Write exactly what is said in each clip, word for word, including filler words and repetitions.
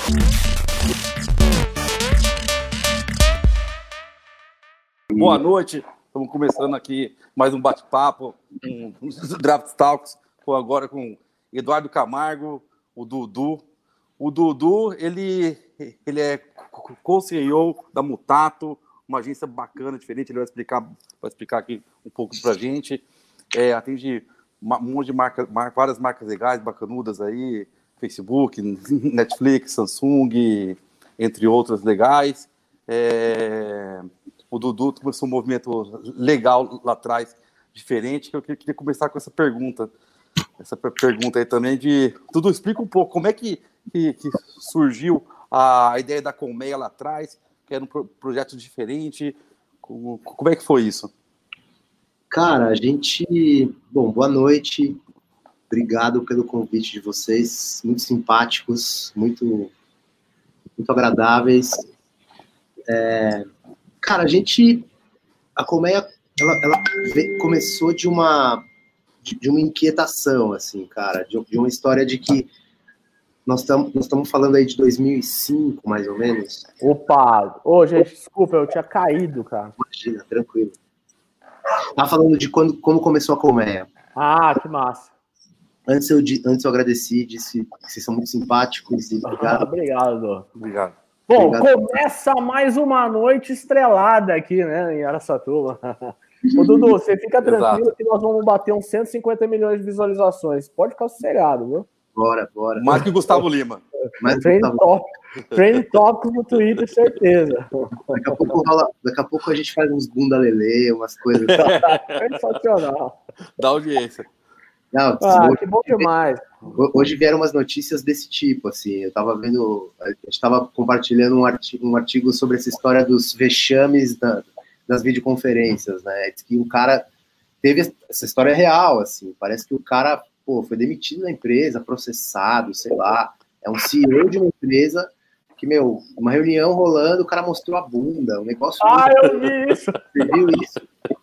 Boa noite, estamos começando aqui mais um bate-papo, um, um Draft Talks, agora com Eduardo Camargo, o Dudu. O Dudu, ele, ele é co-C E O da Mutato, uma agência bacana, diferente, ele vai explicar, vai explicar aqui um pouco para a gente. É, atende um monte de marcas, várias marcas legais, bacanudas aí, Facebook, Netflix, Samsung, entre outras legais. É, o Dudu começou um movimento legal lá atrás, diferente, que eu queria começar com essa pergunta. Essa pergunta aí também de... Dudu, explica um pouco como é que, que, que surgiu a ideia da Colmeia lá atrás, que era um pro, projeto diferente. Como, como é que foi isso? Cara, a gente... Bom, boa noite. Obrigado pelo convite de vocês. Muito simpáticos, muito, muito agradáveis. É... Cara, a gente... A Colmeia, ela, ela veio, começou de uma... de uma inquietação, assim, cara, de, de uma história de que nós estamos nós estamos falando aí de dois mil e cinco, mais ou menos. Opa! Ô, gente, desculpa, eu tinha caído, cara. Imagina, tranquilo. Tava falando de quando, como começou a Colmeia. Ah, que massa. Antes eu, antes eu agradeci, disse que vocês são muito simpáticos e obrigado. Ah, obrigado, Dô. Obrigado. Bom, Obrigado. Começa mais uma noite estrelada aqui, né, em Araçatuba. Ô, Dudu, você fica tranquilo. Exato. Que nós vamos bater uns cento e cinquenta milhões de visualizações. Pode ficar sossegado, viu? Bora, bora. Mais que o Gustavo Lima. Mais Trend Talk. Trend Talk no Twitter, certeza. Daqui a pouco, rola, daqui a pouco a gente faz uns bunda lelê, umas coisas. Sensacional. Da audiência. Não, ah, hoje, que bom demais. Hoje vieram umas notícias desse tipo, assim, eu tava vendo, a gente tava compartilhando um artigo, um artigo sobre essa história dos vexames da, das videoconferências, né, diz que um cara teve, essa história é real, assim, parece que o cara, pô, foi demitido da empresa, processado, sei lá, é um C E O de uma empresa que, meu, uma reunião rolando, o cara mostrou a bunda, um negócio... Ah, muito... eu vi isso! Você viu isso?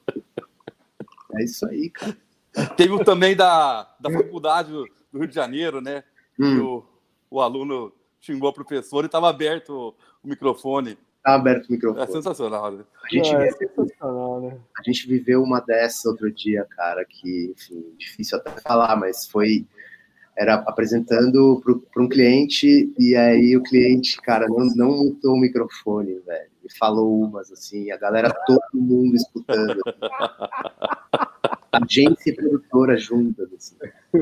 É isso aí, cara. Teve também da, da faculdade do Rio de Janeiro, né? Hum. O, o aluno xingou o professor e estava aberto o, o microfone. Estava aberto o microfone. É sensacional, né? A gente, é, viveu, é sensacional, né? A gente viveu uma dessas outro dia, cara, que, enfim, difícil até falar, mas foi... Era apresentando para um cliente e aí o cliente, cara, não, não mutou o microfone, velho. Ele falou umas, assim, a galera, todo mundo escutando. Agência e produtora juntas, assim.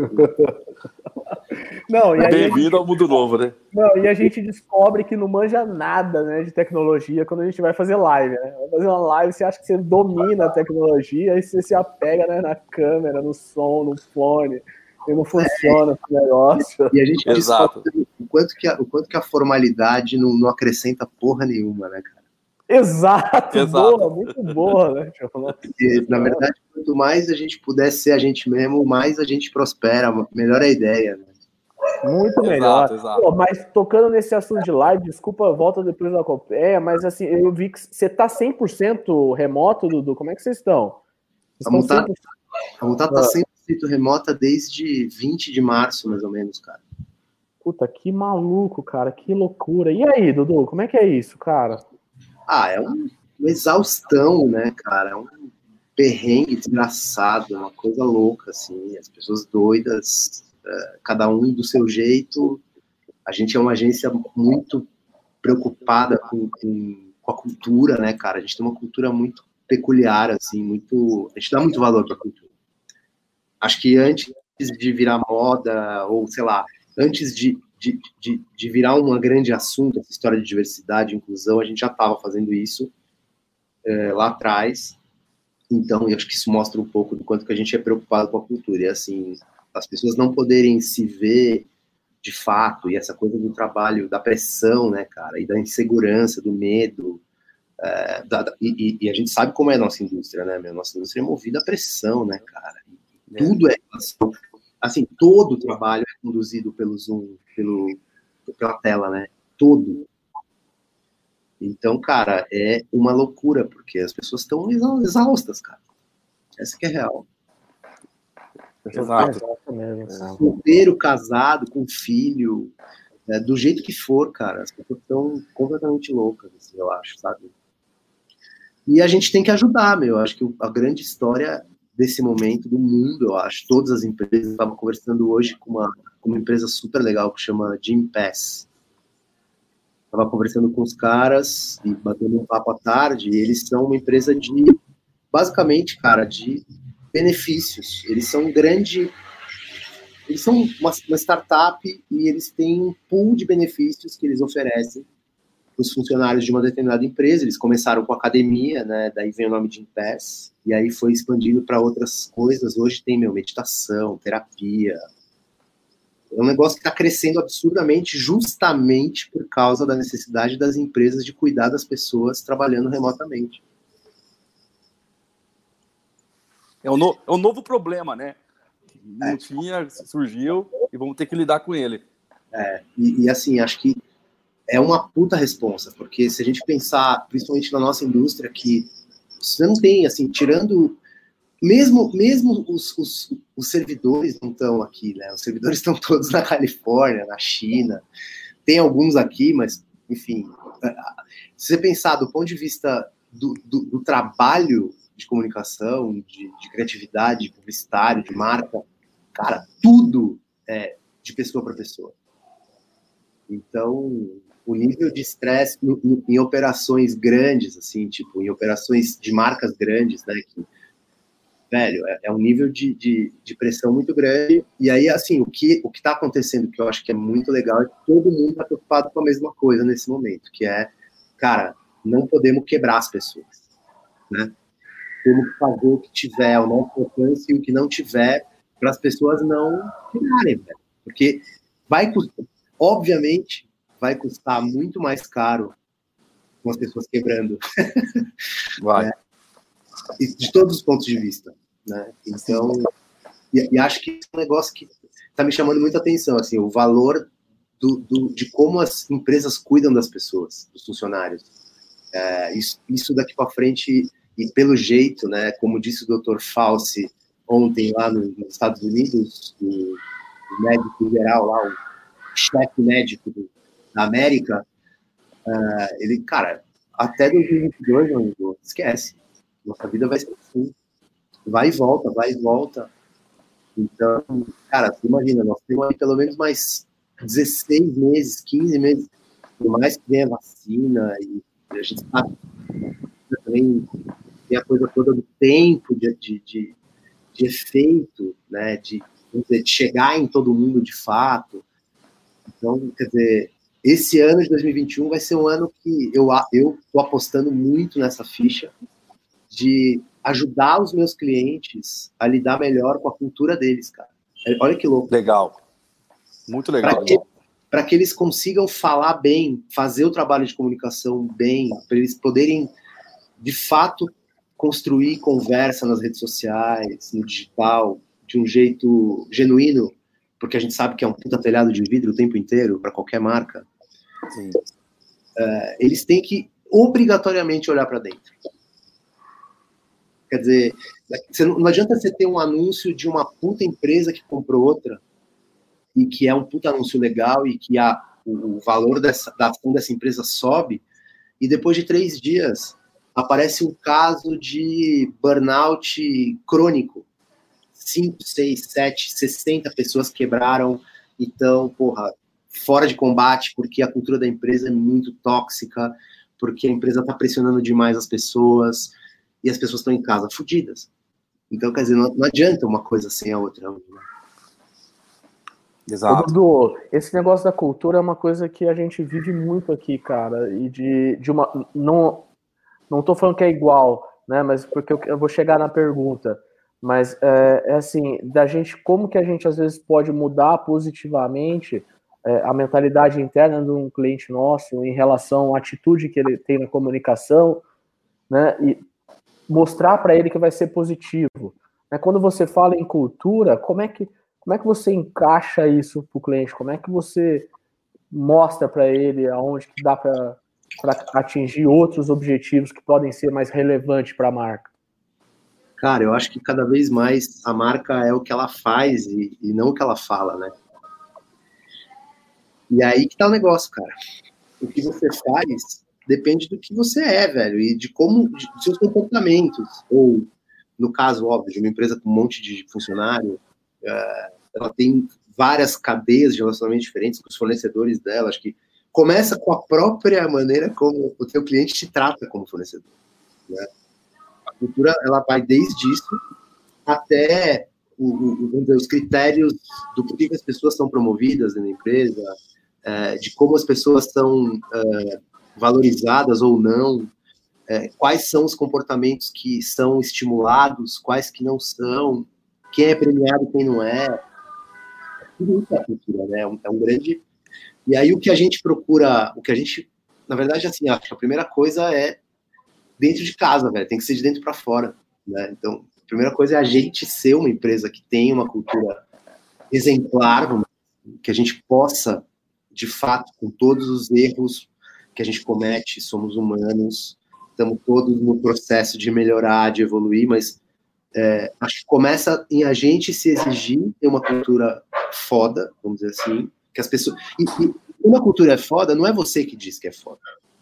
Não, e aí Bem-vindo ao mundo novo, né? Não, e a gente descobre que não manja nada, né, de tecnologia quando a gente vai fazer live, né? Vai fazer uma live, você acha que você domina a tecnologia, aí você se apega, né, na câmera, no som, no fone, e não funciona é. esse negócio. E a gente Exato. descobre o quanto que a, o quanto que a formalidade não, não acrescenta porra nenhuma, né, cara? Exato, Exato. Boa, muito boa, né? Porque, na verdade, quanto mais a gente puder ser a gente mesmo, mais a gente prospera, melhor é a ideia, né? Muito melhor. Exato, exato. Pô, mas tocando nesse assunto de live, desculpa, volta depois da Colmeia, mas assim, eu vi que você tá cem por cento remoto, Dudu, como é que vocês estão? Vocês a Mutato cem por cento... a Mutato tá cem por cento remota desde vinte de março, mais ou menos, cara. Puta, que maluco, cara, que loucura. E aí, Dudu, como é que é isso, cara? Ah, é um, uma exaustão, né, cara? É um perrengue desgraçado, uma coisa louca, assim, as pessoas doidas, uh, cada um do seu jeito. A gente é uma agência muito preocupada com, com, com a cultura, né, cara? A gente tem uma cultura muito peculiar, assim, muito... A gente dá muito valor pra cultura. Acho que antes de virar moda, ou, sei lá, antes de... De, de, de virar um grande assunto, essa história de diversidade e inclusão, a gente já estava fazendo isso é, lá atrás, então eu acho que isso mostra um pouco do quanto que a gente é preocupado com a cultura, e assim, as pessoas não poderem se ver de fato, e essa coisa do trabalho, da pressão, né, cara, e da insegurança, do medo, é, da, e, e a gente sabe como é a nossa indústria, né, a nossa indústria é movida à pressão, né, cara, e tudo é relação. Assim, todo o trabalho é conduzido pelo Zoom, pelo, pela tela, né? Todo. Então, cara, é uma loucura, porque as pessoas estão exaustas, cara. Essa que é real. Exato. Solteiro, casado, com filho, É, do jeito que for, cara, as pessoas estão completamente loucas, assim, eu acho, sabe? E a gente tem que ajudar, meu. Eu acho que a grande história desse momento do mundo, eu acho, todas as empresas, eu estava conversando hoje com uma, com uma empresa super legal que chama Gympass. Estava conversando com os caras e batendo um papo à tarde, e eles são uma empresa de, basicamente, cara, de benefícios. Eles são um grande... Eles são uma, uma startup e eles têm um pool de benefícios que eles oferecem para os funcionários de uma determinada empresa. Eles começaram com academia, né? Daí vem o nome de Gympass, e aí foi expandindo para outras coisas. Hoje tem, meu, meditação, terapia. É um negócio que está crescendo absurdamente, justamente por causa da necessidade das empresas de cuidar das pessoas trabalhando remotamente. É um, no, é um novo problema, né? Não É. tinha, surgiu e vamos ter que lidar com ele. É, e, e assim, acho que é uma puta responsa, porque se a gente pensar, principalmente na nossa indústria, que você não tem, assim, tirando... Mesmo, mesmo os, os, os servidores não estão aqui, né? Os servidores estão todos na Califórnia, na China. Tem alguns aqui, mas, enfim... Se você pensar do ponto de vista do, do, do trabalho de comunicação, de, de criatividade, de publicitário, de marca, cara, tudo é de pessoa para pessoa. Então, o nível de estresse em operações grandes, assim, tipo, em operações de marcas grandes, né, que, velho, é, é um nível de, de, de pressão muito grande. E aí, assim, o que o que está acontecendo, que eu acho que é muito legal, é que todo mundo está preocupado com a mesma coisa nesse momento, que é, cara, não podemos quebrar as pessoas, né? Temos que fazer o que tiver ao nosso alcance e o que não tiver para as pessoas não quebrarem, velho. Porque vai custar, obviamente, vai custar muito mais caro com as pessoas quebrando. Vai. Né? De todos os pontos de vista, né? Então, e, e acho que é um negócio que está me chamando muita atenção, assim, o valor do, do, de como as empresas cuidam das pessoas, dos funcionários. É, isso, isso daqui para frente, e pelo jeito, né, como disse o doutor Fauci ontem lá no, nos Estados Unidos, o, o médico geral lá, o chefe médico do, da América, uh, ele, cara, até dois mil e vinte e dois, meu amigo, esquece. Nossa vida vai ser assim. Vai e volta, vai e volta. Então, cara, você imagina, nós temos aí pelo menos mais dezesseis meses, quinze meses, por mais que venha vacina, e a gente sabe também tem a coisa toda do tempo de, de, de, de efeito, né, de, de chegar em todo mundo de fato. Então, quer dizer, esse ano de dois mil e vinte e um vai ser um ano que eu eu tô apostando muito nessa ficha de ajudar os meus clientes a lidar melhor com a cultura deles, cara. Olha que louco. Legal. Muito legal. Para que, para que eles consigam falar bem, fazer o trabalho de comunicação bem, para eles poderem, de fato, construir conversa nas redes sociais, no digital, de um jeito genuíno, porque a gente sabe que é um puta telhado de vidro o tempo inteiro, para qualquer marca. Sim. Uh, eles têm que obrigatoriamente olhar para dentro. Quer dizer, não adianta você ter um anúncio de uma puta empresa que comprou outra e que é um puta anúncio legal e que a, o, o valor dessa, da ação dessa empresa sobe e depois de três dias aparece um caso de burnout crônico. Cinco, seis, sete, sessenta pessoas quebraram, então, porra, fora de combate porque a cultura da empresa é muito tóxica, porque a empresa está pressionando demais as pessoas e as pessoas estão em casa fodidas. Então, quer dizer, não, não adianta uma coisa sem a outra. Né? Exato. Dudu, esse negócio da cultura é uma coisa que a gente vive muito aqui, cara, e de, de uma... Não, não tô falando que é igual, né, mas porque eu, eu vou chegar na pergunta, mas é, é assim, da gente, como que a gente às vezes pode mudar positivamente é, a mentalidade interna de um cliente nosso em relação à atitude que ele tem na comunicação, né, e mostrar para ele que vai ser positivo. Né? Quando você fala em cultura, como é que, como é que você encaixa isso para o cliente? Como é que você mostra para ele aonde que dá para atingir outros objetivos que podem ser mais relevantes para a marca? Cara, eu acho que cada vez mais a marca é o que ela faz e, e não o que ela fala, né? E aí que tá o negócio, cara. O que você faz depende do que você é, velho, e de como, de, de seus comportamentos. Ou, no caso, óbvio, de uma empresa com um monte de funcionário, uh, ela tem várias cadeias de relacionamento diferentes com os fornecedores dela. Acho que começa com a própria maneira como o teu cliente te trata como fornecedor, né? A cultura, ela vai desde isso até o, o, os critérios do porquê que as pessoas são promovidas na empresa, é, de como as pessoas são é, valorizadas ou não, é, quais são os comportamentos que são estimulados, quais que não são, quem é premiado, quem não é. Tudo isso é a cultura, né? É um, é um grande... E aí o que a gente procura, o que a gente, na verdade, assim, acho que a primeira coisa é dentro de casa, velho, tem que ser de dentro para fora, né? Então, a primeira coisa é a gente ser uma empresa que tem uma cultura exemplar, que a gente possa, de fato, com todos os erros que a gente comete, somos humanos, estamos todos no processo de melhorar, de evoluir, mas é, acho que começa em a gente se exigir ter uma cultura foda, vamos dizer assim, que as pessoas... E, e uma cultura é foda, não é você que diz que é foda.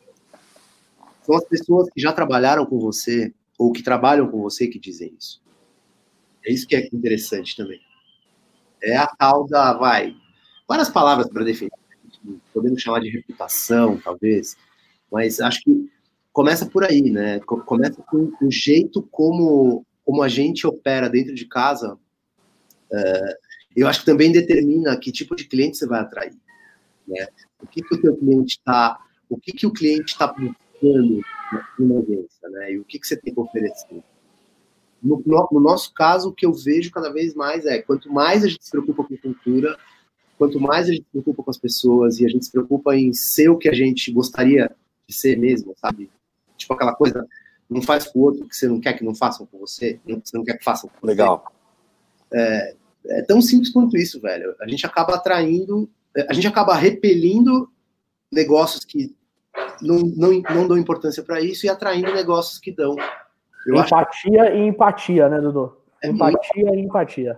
São as pessoas que já trabalharam com você, ou que trabalham com você, que dizem isso. É isso que é interessante também. É a tal da, vai, várias palavras para definir, podemos chamar de reputação, talvez, mas acho que começa por aí, né? Começa com o jeito como, como a gente opera dentro de casa. É, eu acho que também determina que tipo de cliente você vai atrair, né? O que, que o teu cliente está, o que, que o cliente está buscando na agência, né? E o que, que você tem que oferecer. No, no, no nosso caso, o que eu vejo cada vez mais é, quanto mais a gente se preocupa com cultura, quanto mais a gente se preocupa com as pessoas e a gente se preocupa em ser o que a gente gostaria de ser mesmo, sabe? Tipo aquela coisa, não faz com o outro que você não quer que não façam com você, que você não quer que façam com Legal. você. É, é tão simples quanto isso, velho. A gente acaba atraindo, a gente acaba repelindo negócios que não, não, não dão importância para isso e atraindo negócios que dão. Eu empatia acho... e empatia, né, Dudu? É empatia muito... e empatia.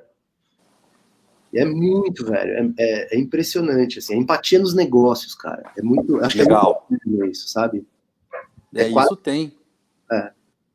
É muito, velho. É, é, é impressionante, assim. A empatia nos negócios, cara. É muito... Acho Legal. Que é muito isso, sabe? É, é quase... isso tem. É.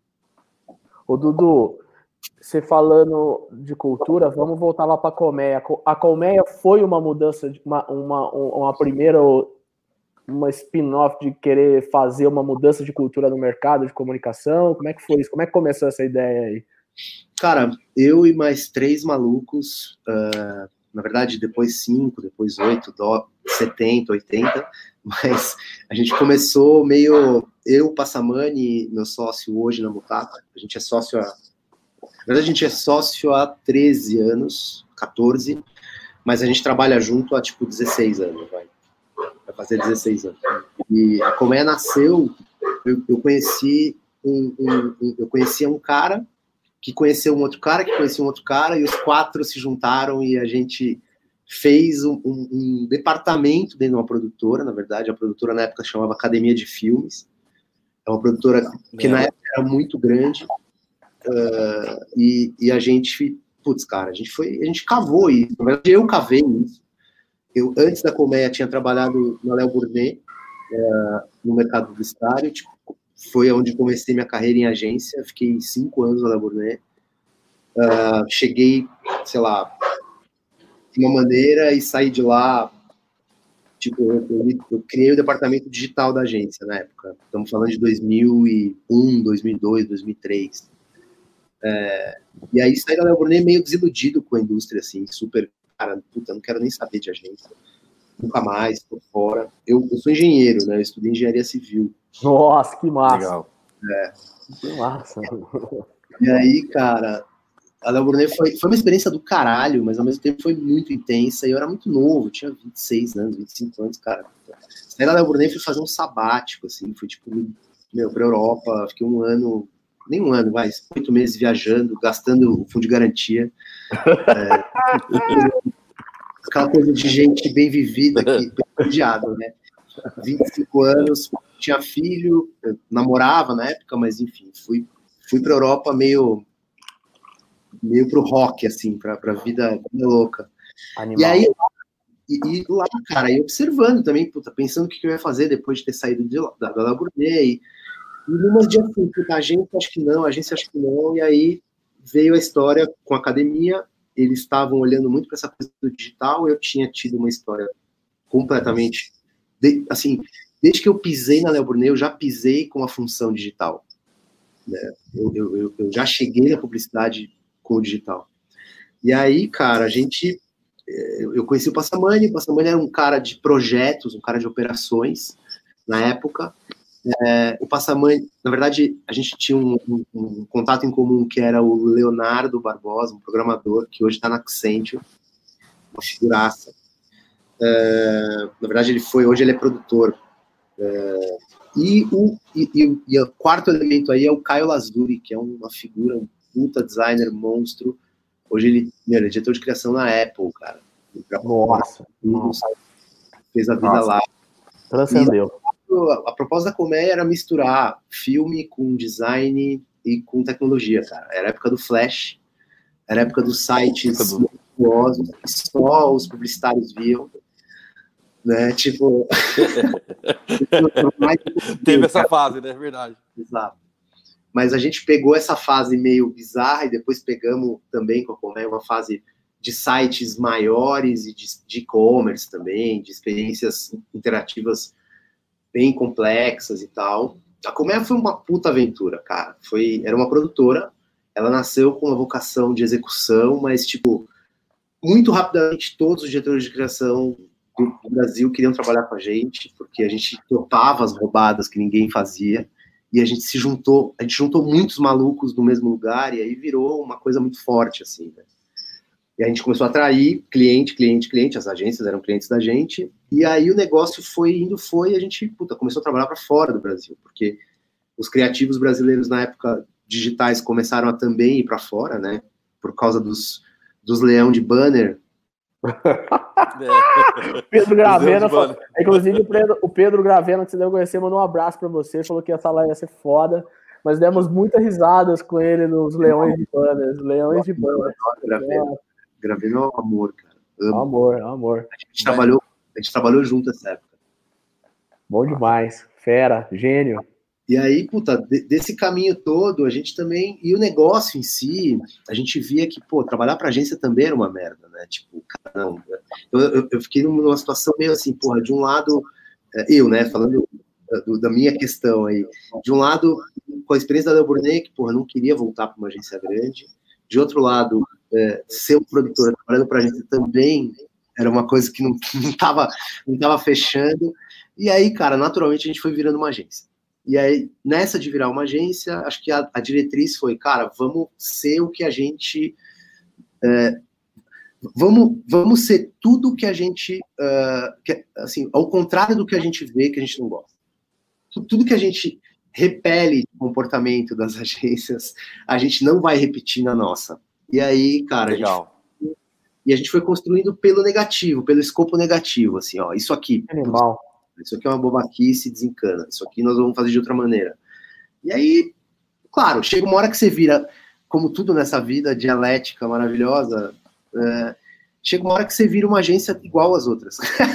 Ô, Dudu, você falando de cultura, vamos voltar lá para a Colmeia. A Colmeia foi uma mudança, de uma, uma, uma primeira... uma spin-off de querer fazer uma mudança de cultura no mercado de comunicação? Como é que foi isso? Como é que começou essa ideia aí? Cara, eu e mais três malucos, uh, na verdade depois cinco, depois oito, setenta, oitenta, mas a gente começou meio, eu, Passamani, meu sócio hoje na Mutaca, a gente é sócio há, na verdade a gente é sócio há treze anos, quatorze, mas a gente trabalha junto há tipo dezesseis anos, vai. Vai fazer dezesseis anos. E a Colmeia nasceu, eu, eu conheci um, um, um, eu conhecia um cara que conheceu um outro cara, que conhecia um outro cara, e os quatro se juntaram e a gente fez um, um, um departamento dentro de uma produtora, na verdade, a produtora na época chamava Academia de Filmes, é uma produtora que na época era muito grande, uh, e, e a gente, putz, cara, a gente foi, a gente cavou isso, na verdade eu cavei isso. Eu, antes da Colmeia, tinha trabalhado na Léo Burnet, é, no mercado publicitário, tipo, foi onde comecei minha carreira em agência, fiquei cinco anos na Léo Burnet, uh, cheguei, sei lá, de uma maneira e saí de lá, tipo, eu, eu, eu criei o departamento digital da agência na época, estamos falando de dois mil e um, dois mil e dois, dois mil e três, é, e aí saí da Léo Burnet meio desiludido com a indústria, assim, super... Cara, puta, não quero nem saber de agência. Nunca mais, tô fora. Eu, eu sou engenheiro, né? Eu estudei engenharia civil. Nossa, que massa. Legal. É. Que massa. E aí, cara, a Léo Burnet foi, foi uma experiência do caralho, mas ao mesmo tempo foi muito intensa. E eu era muito novo, tinha vinte e seis anos, vinte e cinco anos, cara. Saí da Léo Burnet e fui fazer um sabático, assim. Fui, tipo, meu, pra Europa. Fiquei um ano... Nem um ano, vai, oito meses viajando, gastando o fundo de garantia. É, aquela coisa de gente bem vivida, que privilegiado, né? vinte e cinco anos, tinha filho, namorava na época, mas enfim, fui, fui para a Europa meio, meio pro rock, assim, para a vida louca. Animal. E aí, e, e lá, cara, e observando também, puta, pensando o que eu ia fazer depois de ter saído de, da, da Labournet, e, e numas dias assim, puta, a agência acho que não, a agência acho que não, e aí veio a história com a academia, eles estavam olhando muito para essa coisa do digital, eu tinha tido uma história completamente, de, assim, desde que eu pisei na Labournet, eu já pisei com a função digital, né? eu, eu, eu já cheguei na publicidade com o digital. E aí, cara, a gente, eu conheci o Passamani, o Passamani era um cara de projetos, um cara de operações, na época. É, o Passamani, na verdade, a gente tinha um, um, um contato em comum, que era o Leonardo Barbosa, um programador, que hoje está na Accenture, uma figuraça. É, na verdade, ele foi, hoje ele é produtor. É, e, o, e, e, e o quarto elemento aí é o Caio Lazuri, que é uma figura, um puta designer, monstro. Hoje ele, meu, ele é diretor de criação na Apple, cara. Nossa, nossa. Fez a vida Nossa. lá. Transcendeu. A, a proposta da Colmeia era misturar filme com design e com tecnologia, cara. Era a época do Flash, era a época dos sites monstruosos que só os publicitários viam, né? Tipo... Teve essa fase, né? É verdade. Exato. Mas a gente pegou essa fase meio bizarra e depois pegamos também com a Colmeia uma fase de sites maiores e de e-commerce também, de experiências interativas bem complexas e tal. A Colmeia foi uma puta aventura, cara. Foi, era uma produtora, ela nasceu com uma vocação de execução, mas, tipo, muito rapidamente todos os diretores de criação do Brasil queriam trabalhar com a gente, porque a gente topava as roubadas que ninguém fazia, e a gente se juntou, a gente juntou muitos malucos no mesmo lugar, e aí virou uma coisa muito forte, assim, né? E a gente começou a atrair cliente, cliente, cliente, as agências eram clientes da gente, e aí o negócio foi indo, foi, e a gente, puta, começou a trabalhar para fora do Brasil, porque os criativos brasileiros na época digitais começaram a também ir para fora, né, por causa dos, dos leão de banner. É. Pedro Gravena, falou, inclusive o Pedro, o Pedro Gravena, que você deu conhecer, mandou um abraço para você, falou que essa live ia ser foda, mas demos muitas risadas com ele nos leões de banners, leões de banners. Gravei no amor, cara. Amo. Amor, amor. A gente, trabalhou, a gente trabalhou junto nessa época. Bom demais. Fera, gênio. E aí, puta, de, desse caminho todo, a gente também... E o negócio em si, a gente via que, pô, trabalhar pra agência também era uma merda, né? Tipo, caramba. Eu, eu, eu fiquei numa situação meio assim, porra, de um lado... Eu, né, falando do, da minha questão aí. De um lado, com a experiência da Labournet, que, porra, não queria voltar pra uma agência grande. De outro lado... É, ser um produtor trabalhando para a gente também era uma coisa que não, não, tava, não tava fechando, e aí, cara, naturalmente a gente foi virando uma agência, e aí, nessa de virar uma agência, acho que a, a diretriz foi, cara, vamos ser o que a gente é, vamos, vamos ser tudo que a gente uh, que, assim, ao contrário do que a gente vê que a gente não gosta, tudo que a gente repele de comportamento das agências, a gente não vai repetir na nossa. E aí, cara, legal. A gente, e a gente foi construindo pelo negativo, pelo escopo negativo, assim, ó, isso aqui, animal. Isso aqui é uma bobaquice, desencana, isso aqui nós vamos fazer de outra maneira. E aí, claro, chega uma hora que você vira, como tudo nessa vida dialética maravilhosa, é, chega uma hora que você vira uma agência igual às outras.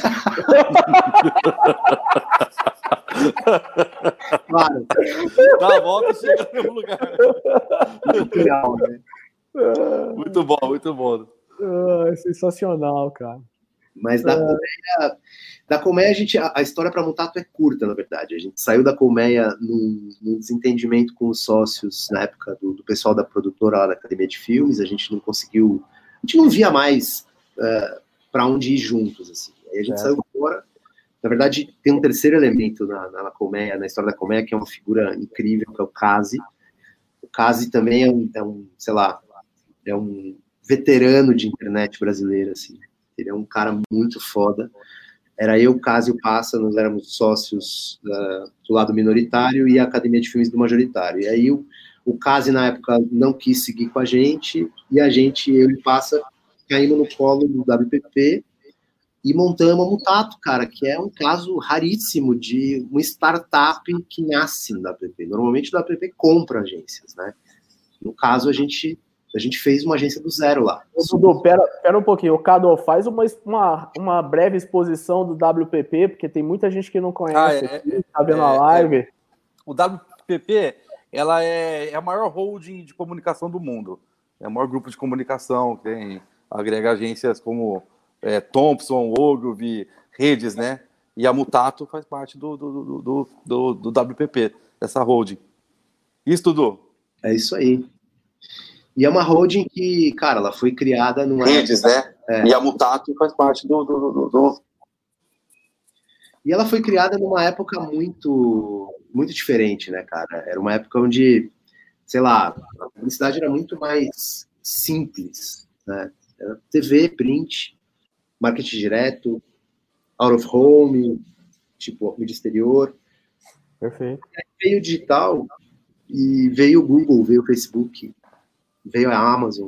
Claro. Dá a volta e chega no mesmo lugar. Legal, né? Muito bom, muito bom. Ah, sensacional, cara. Mas da, ah. Colmeia, da Colmeia, a, gente, a, a história para Mutato é curta, na verdade. A gente saiu da Colmeia num, num desentendimento com os sócios, na época do, do pessoal da produtora lá da Academia de Filmes. A gente não conseguiu... A gente não via mais uh, para onde ir juntos, assim. Aí a gente é. saiu fora. Na verdade, tem um terceiro elemento na, na, na Colmeia, na história da Colmeia, que é uma figura incrível, que é o Kazi. O Kazi também é um, é um sei lá, é um veterano de internet brasileira, assim. Ele é um cara muito foda. Era eu, o Kazi e o Passa, nós éramos sócios uh, do lado minoritário e a Academia de Filmes do majoritário. E aí o, o Kazi, na época, não quis seguir com a gente, e a gente, eu e o Passa, caímos no colo do W P P e montamos a Mutato, cara, que é um caso raríssimo de uma startup que nasce no W P P. Normalmente o W P P compra agências, né? No caso, a gente a gente fez uma agência do zero lá. Dudu, pera, pera um pouquinho. O Cado, faz uma, uma, uma breve exposição do W P P, porque tem muita gente que não conhece ah, é, aqui, é, tá vendo é, a live. É. O W P P, ela é, é a maior holding de comunicação do mundo. É o maior grupo de comunicação, tem, agrega agências como é, Thomson, Ogilvy, Redes, né? E a Mutato faz parte do, do, do, do, do, do W P P, dessa holding. Isso, Dudu? É isso aí. E é uma holding que, cara, ela foi criada numa... Redes, né? É. E a Mutato faz parte do, do, do, do... E ela foi criada numa época muito, muito diferente, né, cara? Era uma época onde, sei lá, a publicidade era muito mais simples, né? Era T V, print, marketing direto, out of home, tipo, mídia exterior. Perfeito. Aí veio o digital e veio o Google, veio o Facebook, veio a Amazon.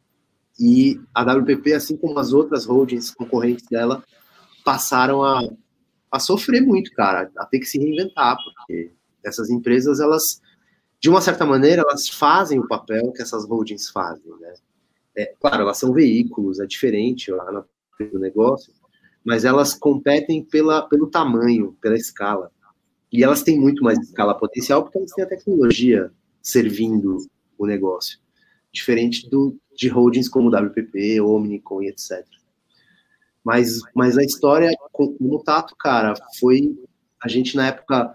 E a W P P, assim como as outras holdings concorrentes dela, passaram a, a sofrer muito, cara, a ter que se reinventar, porque essas empresas, elas, de uma certa maneira, elas fazem o papel que essas holdings fazem, né? É, claro, elas são veículos, é diferente lá no negócio, mas elas competem pela, pelo tamanho, pela escala. E elas têm muito mais escala potencial porque elas têm a tecnologia servindo o negócio. Diferente do, de holdings como W P P, Omnicom e etcétera. Mas, mas a história com o Mutato, cara, foi... A gente, na época...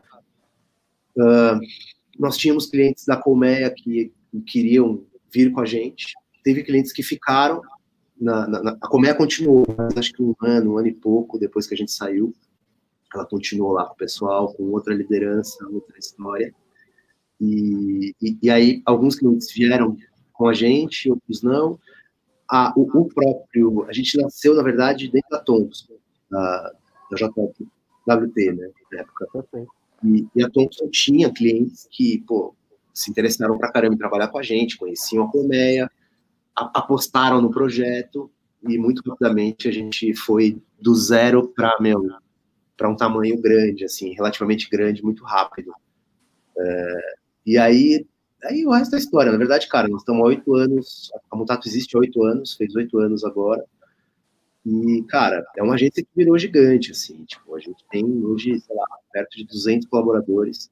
Uh, nós tínhamos clientes da Colmeia que queriam vir com a gente. Teve clientes que ficaram. Na, na, a Colmeia continuou, acho que um ano, um ano e pouco depois que a gente saiu. Ela continuou lá com o pessoal, com outra liderança, outra história. E, e, e aí, alguns clientes vieram com a gente, outros não. Ah, o, o próprio... A gente nasceu, na verdade, dentro da Thomson, da, da J W T, né, na época. E, e a Thomson tinha clientes que, pô, se interessaram pra caramba em trabalhar com a gente, conheciam a Colmeia, a, apostaram no projeto, e muito rapidamente a gente foi do zero para, meu... para um tamanho grande, assim, relativamente grande, muito rápido. É, e aí, aí o resto da história. Na verdade, cara, nós estamos há oito anos, a Mutato existe há oito anos, fez oito anos agora, e, cara, é uma agência que virou gigante, assim, tipo, a gente tem hoje, sei lá, perto de duzentos colaboradores,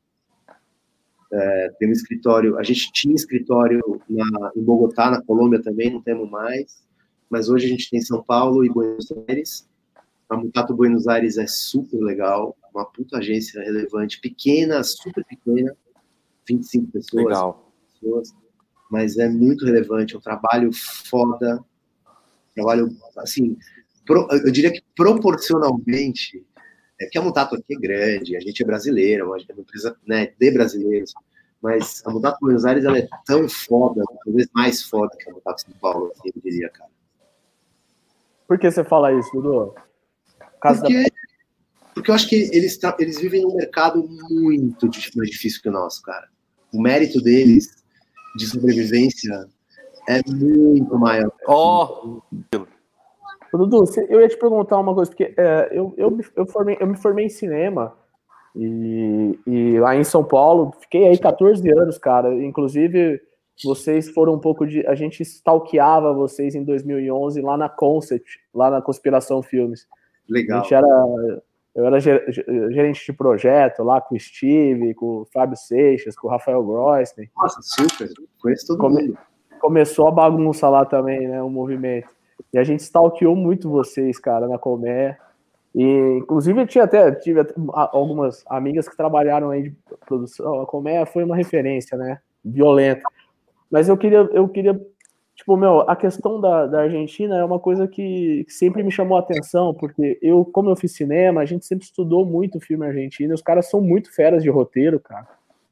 é, tem um escritório, a gente tinha escritório na, em Bogotá, na Colômbia também, não temos mais, mas hoje a gente tem São Paulo e Buenos Aires. A Mutato Buenos Aires é super legal, uma puta agência relevante, pequena, super pequena, vinte e cinco pessoas, legal. pessoas, mas é muito relevante, é um trabalho foda, trabalho, assim, pro, eu diria que proporcionalmente, é que a Mutato aqui é grande, a gente é brasileira, uma empresa, né, de brasileiros, mas a Mutato Buenos Aires, ela é tão foda, talvez mais foda que a Mutato São Paulo, assim, eu diria, cara. Por que você fala isso, Dudu? Porque, porque eu acho que eles, eles vivem num mercado muito mais difícil que o nosso, cara. O mérito deles de sobrevivência é muito maior. Ó! Oh. Dudu, eu ia te perguntar uma coisa, porque é, eu, eu, eu, formei, eu me formei em cinema e, e lá em São Paulo, fiquei aí catorze anos, cara. Inclusive, vocês foram um pouco de... A gente stalkeava vocês em dois mil e onze lá na Concept, lá na Conspiração Filmes. Legal. A gente era, eu era gerente de projeto lá com o Steve, com o Fábio Seixas, com o Rafael Grossner. Nossa, super, conheço todo Come, mundo. Começou a bagunça lá também, né, o movimento. E a gente stalkeou muito vocês, cara, na Colmeia. E, inclusive, eu tinha até, tive algumas amigas que trabalharam aí de produção. A Colmeia foi uma referência, né, violenta. Mas eu queria, eu queria tipo, meu, a questão da, da Argentina é uma coisa que, que sempre me chamou a atenção, porque eu, como eu fiz cinema, a gente sempre estudou muito filme argentino, e os caras são muito feras de roteiro, cara.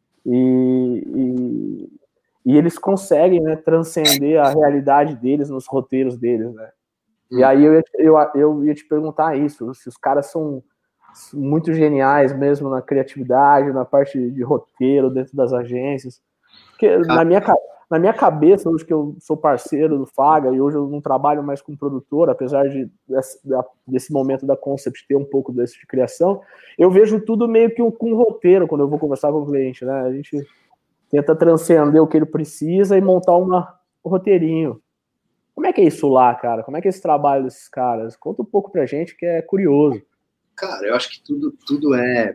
E, e, e eles conseguem, né, transcender a realidade deles nos roteiros deles, né? Hum. E aí eu ia, eu, eu ia te perguntar isso, se os caras são muito geniais mesmo na criatividade, na parte de roteiro dentro das agências. Porque na minha cabeça, Na minha cabeça, hoje que eu sou parceiro do Faga e hoje eu não trabalho mais com produtor, apesar de desse, desse momento da Concept ter um pouco desse de criação, eu vejo tudo meio que um, com um roteiro quando eu vou conversar com o cliente, né? A gente tenta transcender o que ele precisa e montar uma, o roteirinho. Como é que é isso lá, cara? Como é que é esse trabalho desses caras? Conta um pouco pra gente, que é curioso. Cara, eu acho que tudo, tudo é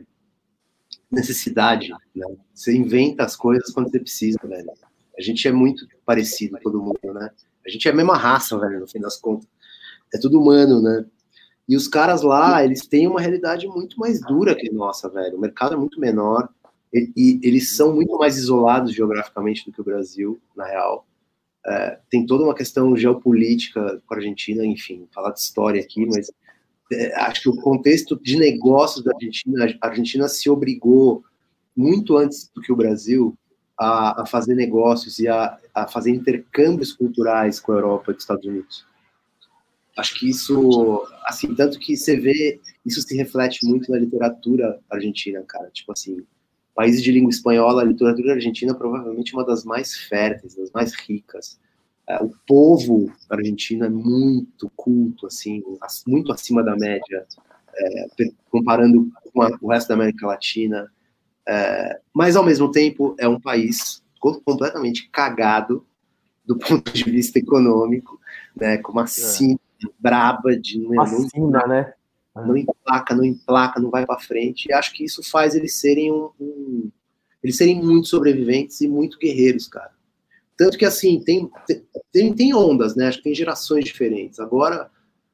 necessidade, né? Você inventa as coisas quando você precisa, velho. A gente é muito parecido, todo mundo, né? A gente é a mesma raça, velho, no fim das contas. É tudo humano, né? E os caras lá, eles têm uma realidade muito mais dura que a nossa, velho. O mercado é muito menor e, e eles são muito mais isolados geograficamente do que o Brasil, na real. É, tem toda uma questão geopolítica com a Argentina, enfim, falar de história aqui, mas é, acho que o contexto de negócios da Argentina, a Argentina se obrigou muito antes do que o Brasil a, a fazer negócios e a, a fazer intercâmbios culturais com a Europa e os Estados Unidos. Acho que isso, assim, tanto que você vê, isso se reflete muito na literatura argentina, cara. Tipo assim, países de língua espanhola, a literatura argentina é provavelmente uma das mais férteis, das mais ricas. É, o povo argentino é muito culto, assim, muito acima da média, é, comparando com a, o resto da América Latina. É, mas, ao mesmo tempo, é um país completamente cagado do ponto de vista econômico, né, com uma sina é. braba de não, uma não, sina, não, né? não emplaca, não emplaca, não vai para frente. E acho que isso faz eles serem um, um, eles serem muito sobreviventes e muito guerreiros, cara. Tanto que, assim, tem, tem, tem ondas, né? Acho que tem gerações diferentes. Agora,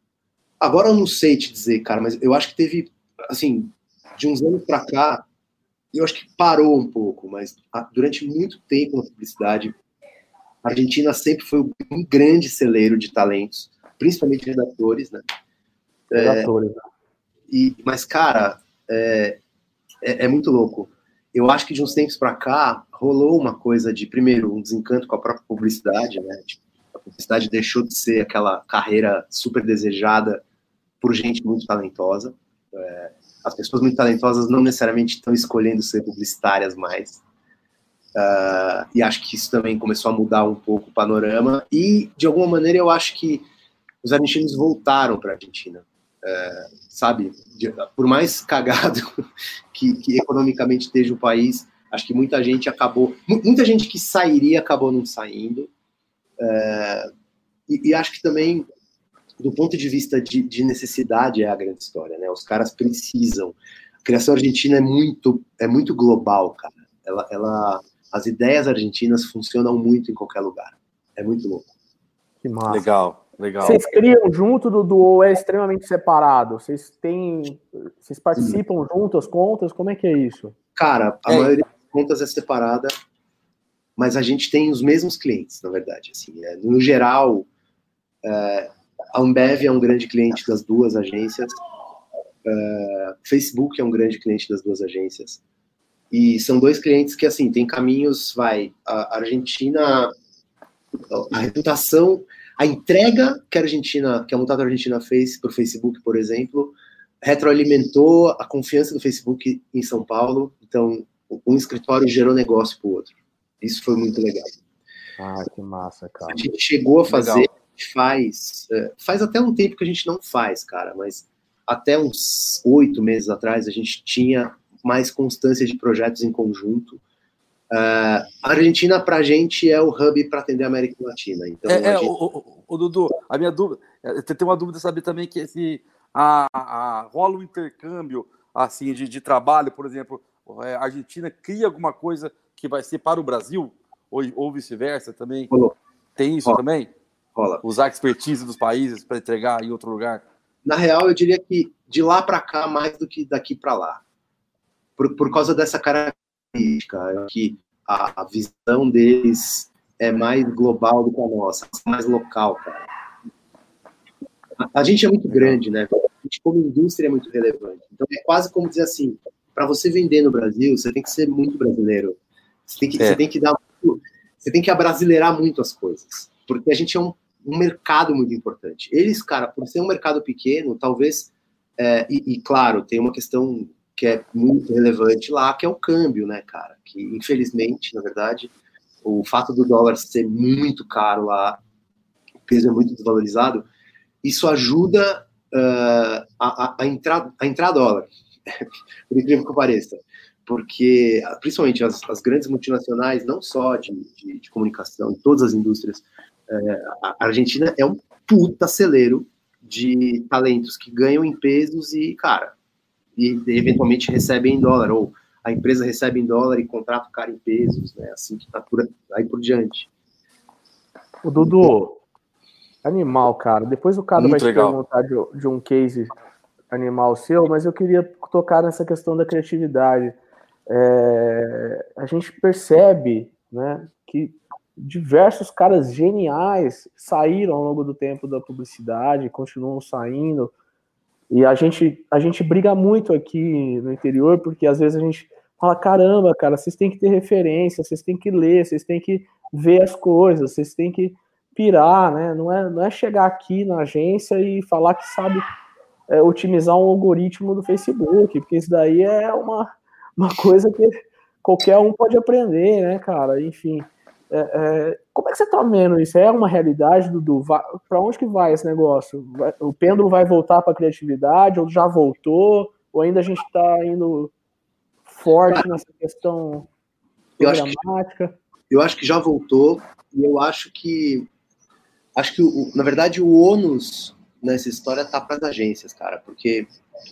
agora eu não sei te dizer, cara, mas eu acho que teve, assim, de uns anos para cá, eu acho que parou um pouco, mas durante muito tempo na publicidade, a Argentina sempre foi um grande celeiro de talentos, principalmente redatores, né? Redatores. É, e, mas, cara, é, é, é muito louco. Eu acho que de uns tempos para cá rolou uma coisa de, primeiro, um desencanto com a própria publicidade, né? Tipo, a publicidade deixou de ser aquela carreira super desejada por gente muito talentosa. É, as pessoas muito talentosas não necessariamente estão escolhendo ser publicitárias mais. Uh, e acho que isso também começou a mudar um pouco o panorama. E, de alguma maneira, eu acho que os argentinos voltaram para a Argentina. Uh, sabe? De, por mais cagado que, que economicamente esteja o país, acho que muita gente acabou... Muita gente que sairia acabou não saindo. Uh, e, e acho que também, do ponto de vista de, de necessidade, é a grande história, né? Os caras precisam. A criação argentina é muito, é muito global, cara. Ela... ela As ideias argentinas funcionam muito em qualquer lugar. É muito louco. Que massa. Legal, legal. Vocês criam junto, Dudu, ou é extremamente separado? Vocês têm. Vocês participam Sim. junto as contas? Como é que é isso? Cara, a é. maioria das contas é separada, mas a gente tem os mesmos clientes, na verdade. Assim, é, no geral, é, a Ambev é um grande cliente das duas agências. É, Facebook é um grande cliente das duas agências. E são dois clientes que, assim, tem caminhos, vai, a Argentina, a reputação, a entrega que a Argentina, que a Mutato Argentina fez para o Facebook, por exemplo, retroalimentou a confiança do Facebook em São Paulo. Então, um escritório gerou negócio para o outro. Isso foi muito legal. Ah, que massa, cara. A gente chegou a fazer, legal. a gente faz, faz até um tempo que a gente não faz, cara, mas até uns oito meses atrás a gente tinha mais constância de projetos em conjunto. Uh, a Argentina, para a gente, é o hub para atender a América Latina. Então, é, é, gente... o, o, o Dudu, a minha dúvida, tem uma dúvida, sabe também, que se a, a, rola um intercâmbio assim, de, de trabalho, por exemplo, a Argentina cria alguma coisa que vai ser para o Brasil, ou, ou vice-versa também? Rolou. Tem isso rola. também? Rola. Usar a expertise dos países para entregar em outro lugar? Na real, eu diria que de lá para cá, mais do que daqui para lá. Por, por causa dessa característica, que a, a visão deles é mais global do que a nossa, mais local, cara. A, a gente é muito grande, né? A gente, como indústria, é muito relevante. Então, é quase como dizer assim, para você vender no Brasil, você tem que ser muito brasileiro. Você tem que, é. você tem que dar... Você tem que abrasileirar muito as coisas. Porque a gente é um, um mercado muito importante. Eles, cara, por ser um mercado pequeno, talvez... É, e, e, claro, tem uma questão... que é muito relevante lá, que é o câmbio, né, cara? Que, infelizmente, na verdade, o fato do dólar ser muito caro lá, o peso é muito desvalorizado, isso ajuda uh, a, a, a, entrar, a entrar dólar, por incrível que pareça. porque, principalmente as, as grandes multinacionais, não só de, de, de comunicação, de todas as indústrias, é, a Argentina é um puta celeiro de talentos que ganham em pesos e, cara, e eventualmente recebem em dólar, ou a empresa recebe em dólar e contrata o cara em pesos, né? Assim que tá por aí por diante. O Dudu, animal, cara. Depois o cara Muito vai legal. te perguntar de, de um case animal seu, mas eu queria tocar nessa questão da criatividade. É, a gente percebe, né, que diversos caras geniais saíram ao longo do tempo da publicidade, continuam saindo, e a gente, a gente briga muito aqui no interior, porque às vezes a gente fala, caramba, cara, vocês têm que ter referência, vocês têm que ler, vocês têm que ver as coisas, vocês têm que pirar, né? Não é, não é chegar aqui na agência e falar que sabe é, otimizar um algoritmo do Facebook, porque isso daí é uma, uma coisa que qualquer um pode aprender, né, cara? Enfim, é, é, como é que você tá vendo isso? É uma realidade, Dudu? Para onde que vai esse negócio? Vai, o pêndulo vai voltar para a criatividade, ou já voltou, ou ainda a gente está indo forte nessa questão programática? Eu acho que, eu acho que já voltou, e eu acho que acho que, o, na verdade, o ônus nessa história tá para as agências, cara, porque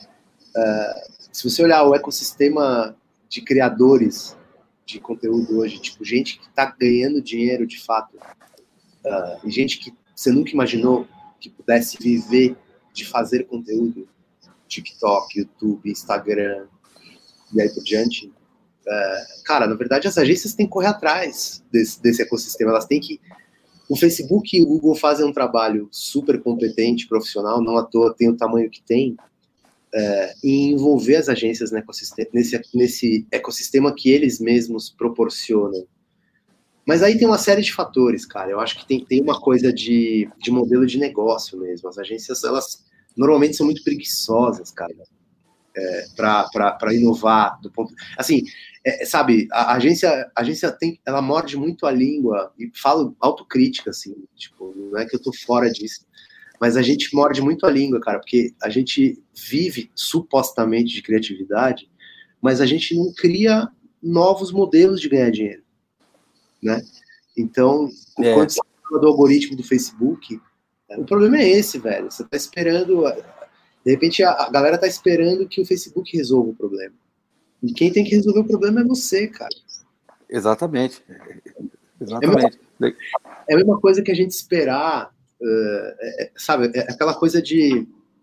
uh, se você olhar o ecossistema de criadores de conteúdo hoje, tipo, gente que tá ganhando dinheiro de fato, uh, e gente que você nunca imaginou que pudesse viver de fazer conteúdo, TikTok, YouTube, Instagram, e aí por diante, uh, cara, na verdade, as agências têm que correr atrás desse, desse ecossistema, elas têm que. O Facebook e o Google fazem um trabalho super competente, profissional, não à toa tem o tamanho que tem, é, em envolver as agências nesse, nesse ecossistema que eles mesmos proporcionam. Mas aí tem uma série de fatores, cara. Eu acho que tem, tem uma coisa de, de modelo de negócio mesmo. As agências, elas normalmente são muito preguiçosas, cara, é, para inovar. Do ponto, assim, é, sabe, a agência, a agência tem, ela morde muito a língua, e falo autocrítica, assim, tipo, não é que eu tô fora disso, mas a gente morde muito a língua, cara, porque a gente vive supostamente de criatividade, mas a gente não cria novos modelos de ganhar dinheiro, né? Então, é. Quando você fala do algoritmo do Facebook, o problema é esse, velho. Você tá esperando, de repente a, a galera tá esperando que o Facebook resolva o problema. E quem tem que resolver o problema é você, cara. Exatamente. Exatamente. É a mesma, é a mesma coisa que a gente esperar, uh, é, sabe, é aquela coisa de...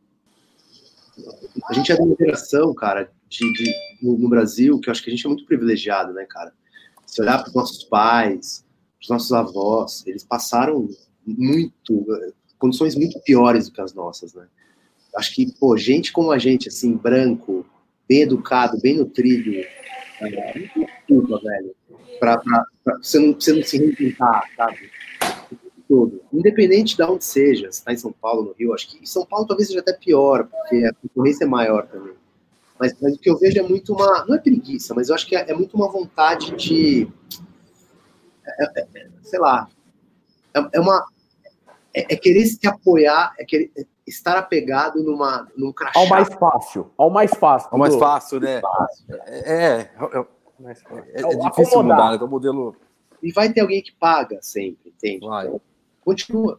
A gente é de uma geração, cara, de, de, no, no Brasil, que eu acho que a gente é muito privilegiado, né, cara? Se olhar para os nossos pais, para os nossos avós, eles passaram muito, condições muito piores do que as nossas, né? Acho que, pô, gente como a gente, assim, branco, bem educado, bem nutrido, é, tudo, velho, pra, pra, pra você, não, você não se reinventar, sabe? Todo. Independente de onde seja, se está em São Paulo, no Rio, acho que em São Paulo talvez seja até pior, porque a concorrência é maior também. Mas, mas o que eu vejo é muito uma, não é preguiça, mas eu acho que é, é muito uma vontade de, é, é, é, sei lá, é, é uma, é, é querer se apoiar, é querer estar apegado numa, num crachá. Ao mais fácil, ao mais fácil. Ao mais fácil, né? Fácil, é, é, é, é difícil acomodar. mudar, né? Então, o modelo... E vai ter alguém que paga sempre, entende? Vai. Então, continua.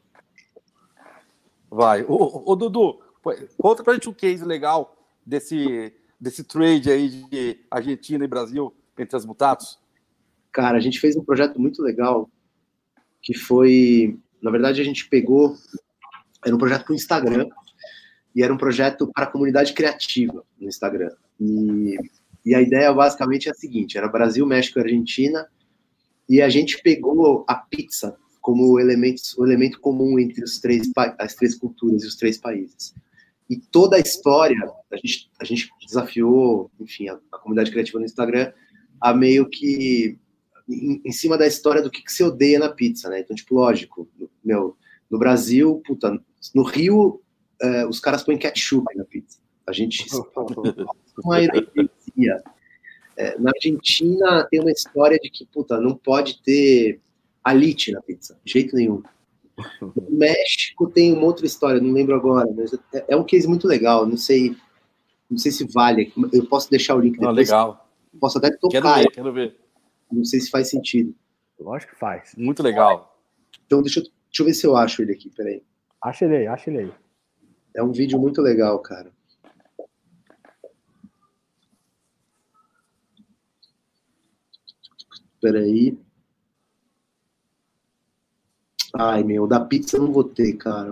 Vai. Ô, ô, Dudu, conta pra gente um case legal desse, desse trade aí de Argentina e Brasil entre as mutatos. Cara, a gente fez um projeto muito legal que foi... Na verdade, a gente pegou... Era um projeto para o Instagram e era um projeto para a comunidade criativa no Instagram. E, e a ideia basicamente é a seguinte, era Brasil, México e Argentina, e a gente pegou a pizza como elemento, o elemento comum entre os três, as três culturas e os três países. E toda a história, a gente, a gente desafiou, enfim, a, a comunidade criativa no Instagram a meio que, em, em cima da história do que, que você odeia na pizza, né? Então, tipo, lógico, meu... No Brasil, puta, no Rio, uh, os caras põem ketchup na pizza. A gente... uma heresia. É, na Argentina, tem uma história de que, puta, não pode ter alite na pizza. De jeito nenhum. No México tem uma outra história, não lembro agora, mas é, é um case muito legal. Não sei, não sei se vale. Eu posso deixar o link depois. Não, legal. Posso até tocar. Quero ver, quero ver. Não sei se faz sentido. Lógico que faz. Muito legal. Então, deixa eu, deixa eu ver se eu acho ele aqui, peraí. Acha ele aí, acha ele aí. É um vídeo muito legal, cara. Peraí. Ai, meu, da pizza eu não vou ter, cara.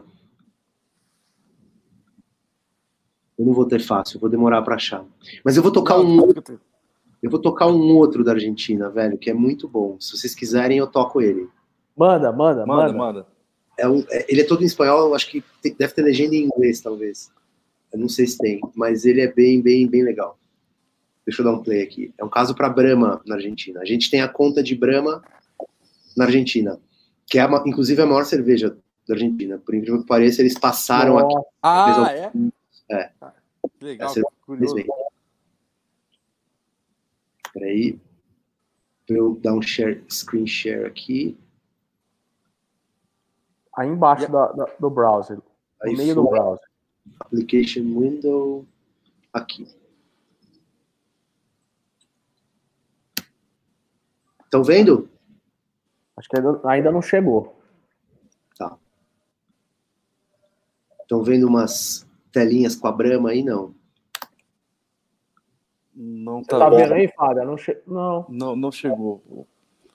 Eu não vou ter fácil, eu vou demorar pra achar. Mas eu vou tocar um... Eu vou tocar um outro da Argentina, velho, que é muito bom. Se vocês quiserem, eu toco ele. Manda, manda, Manda, manda. manda. É um, é, ele é todo em espanhol, eu acho que tem, deve ter legenda em inglês, talvez. Eu não sei se tem, mas ele é bem, bem, bem legal. Deixa eu dar um play aqui. É um caso para Brahma na Argentina. A gente tem a conta de Brahma na Argentina, que é, a, inclusive, a maior cerveja da Argentina. Por incrível que pareça, eles passaram Nossa. aqui. Ah, é? É. Que legal, Essa é curioso. Peraí. Pra eu dar um share, screen share aqui. Aí embaixo Yeah. da, da, do browser. No Aí meio foi. do browser. Application window. Aqui. Estão vendo? Acho que ainda, ainda não chegou. Tá. Estão vendo umas telinhas com a Brahma aí? Não. Não Você tá, tá vendo. vendo aí, Fábio? Não, che... não. Não, não chegou.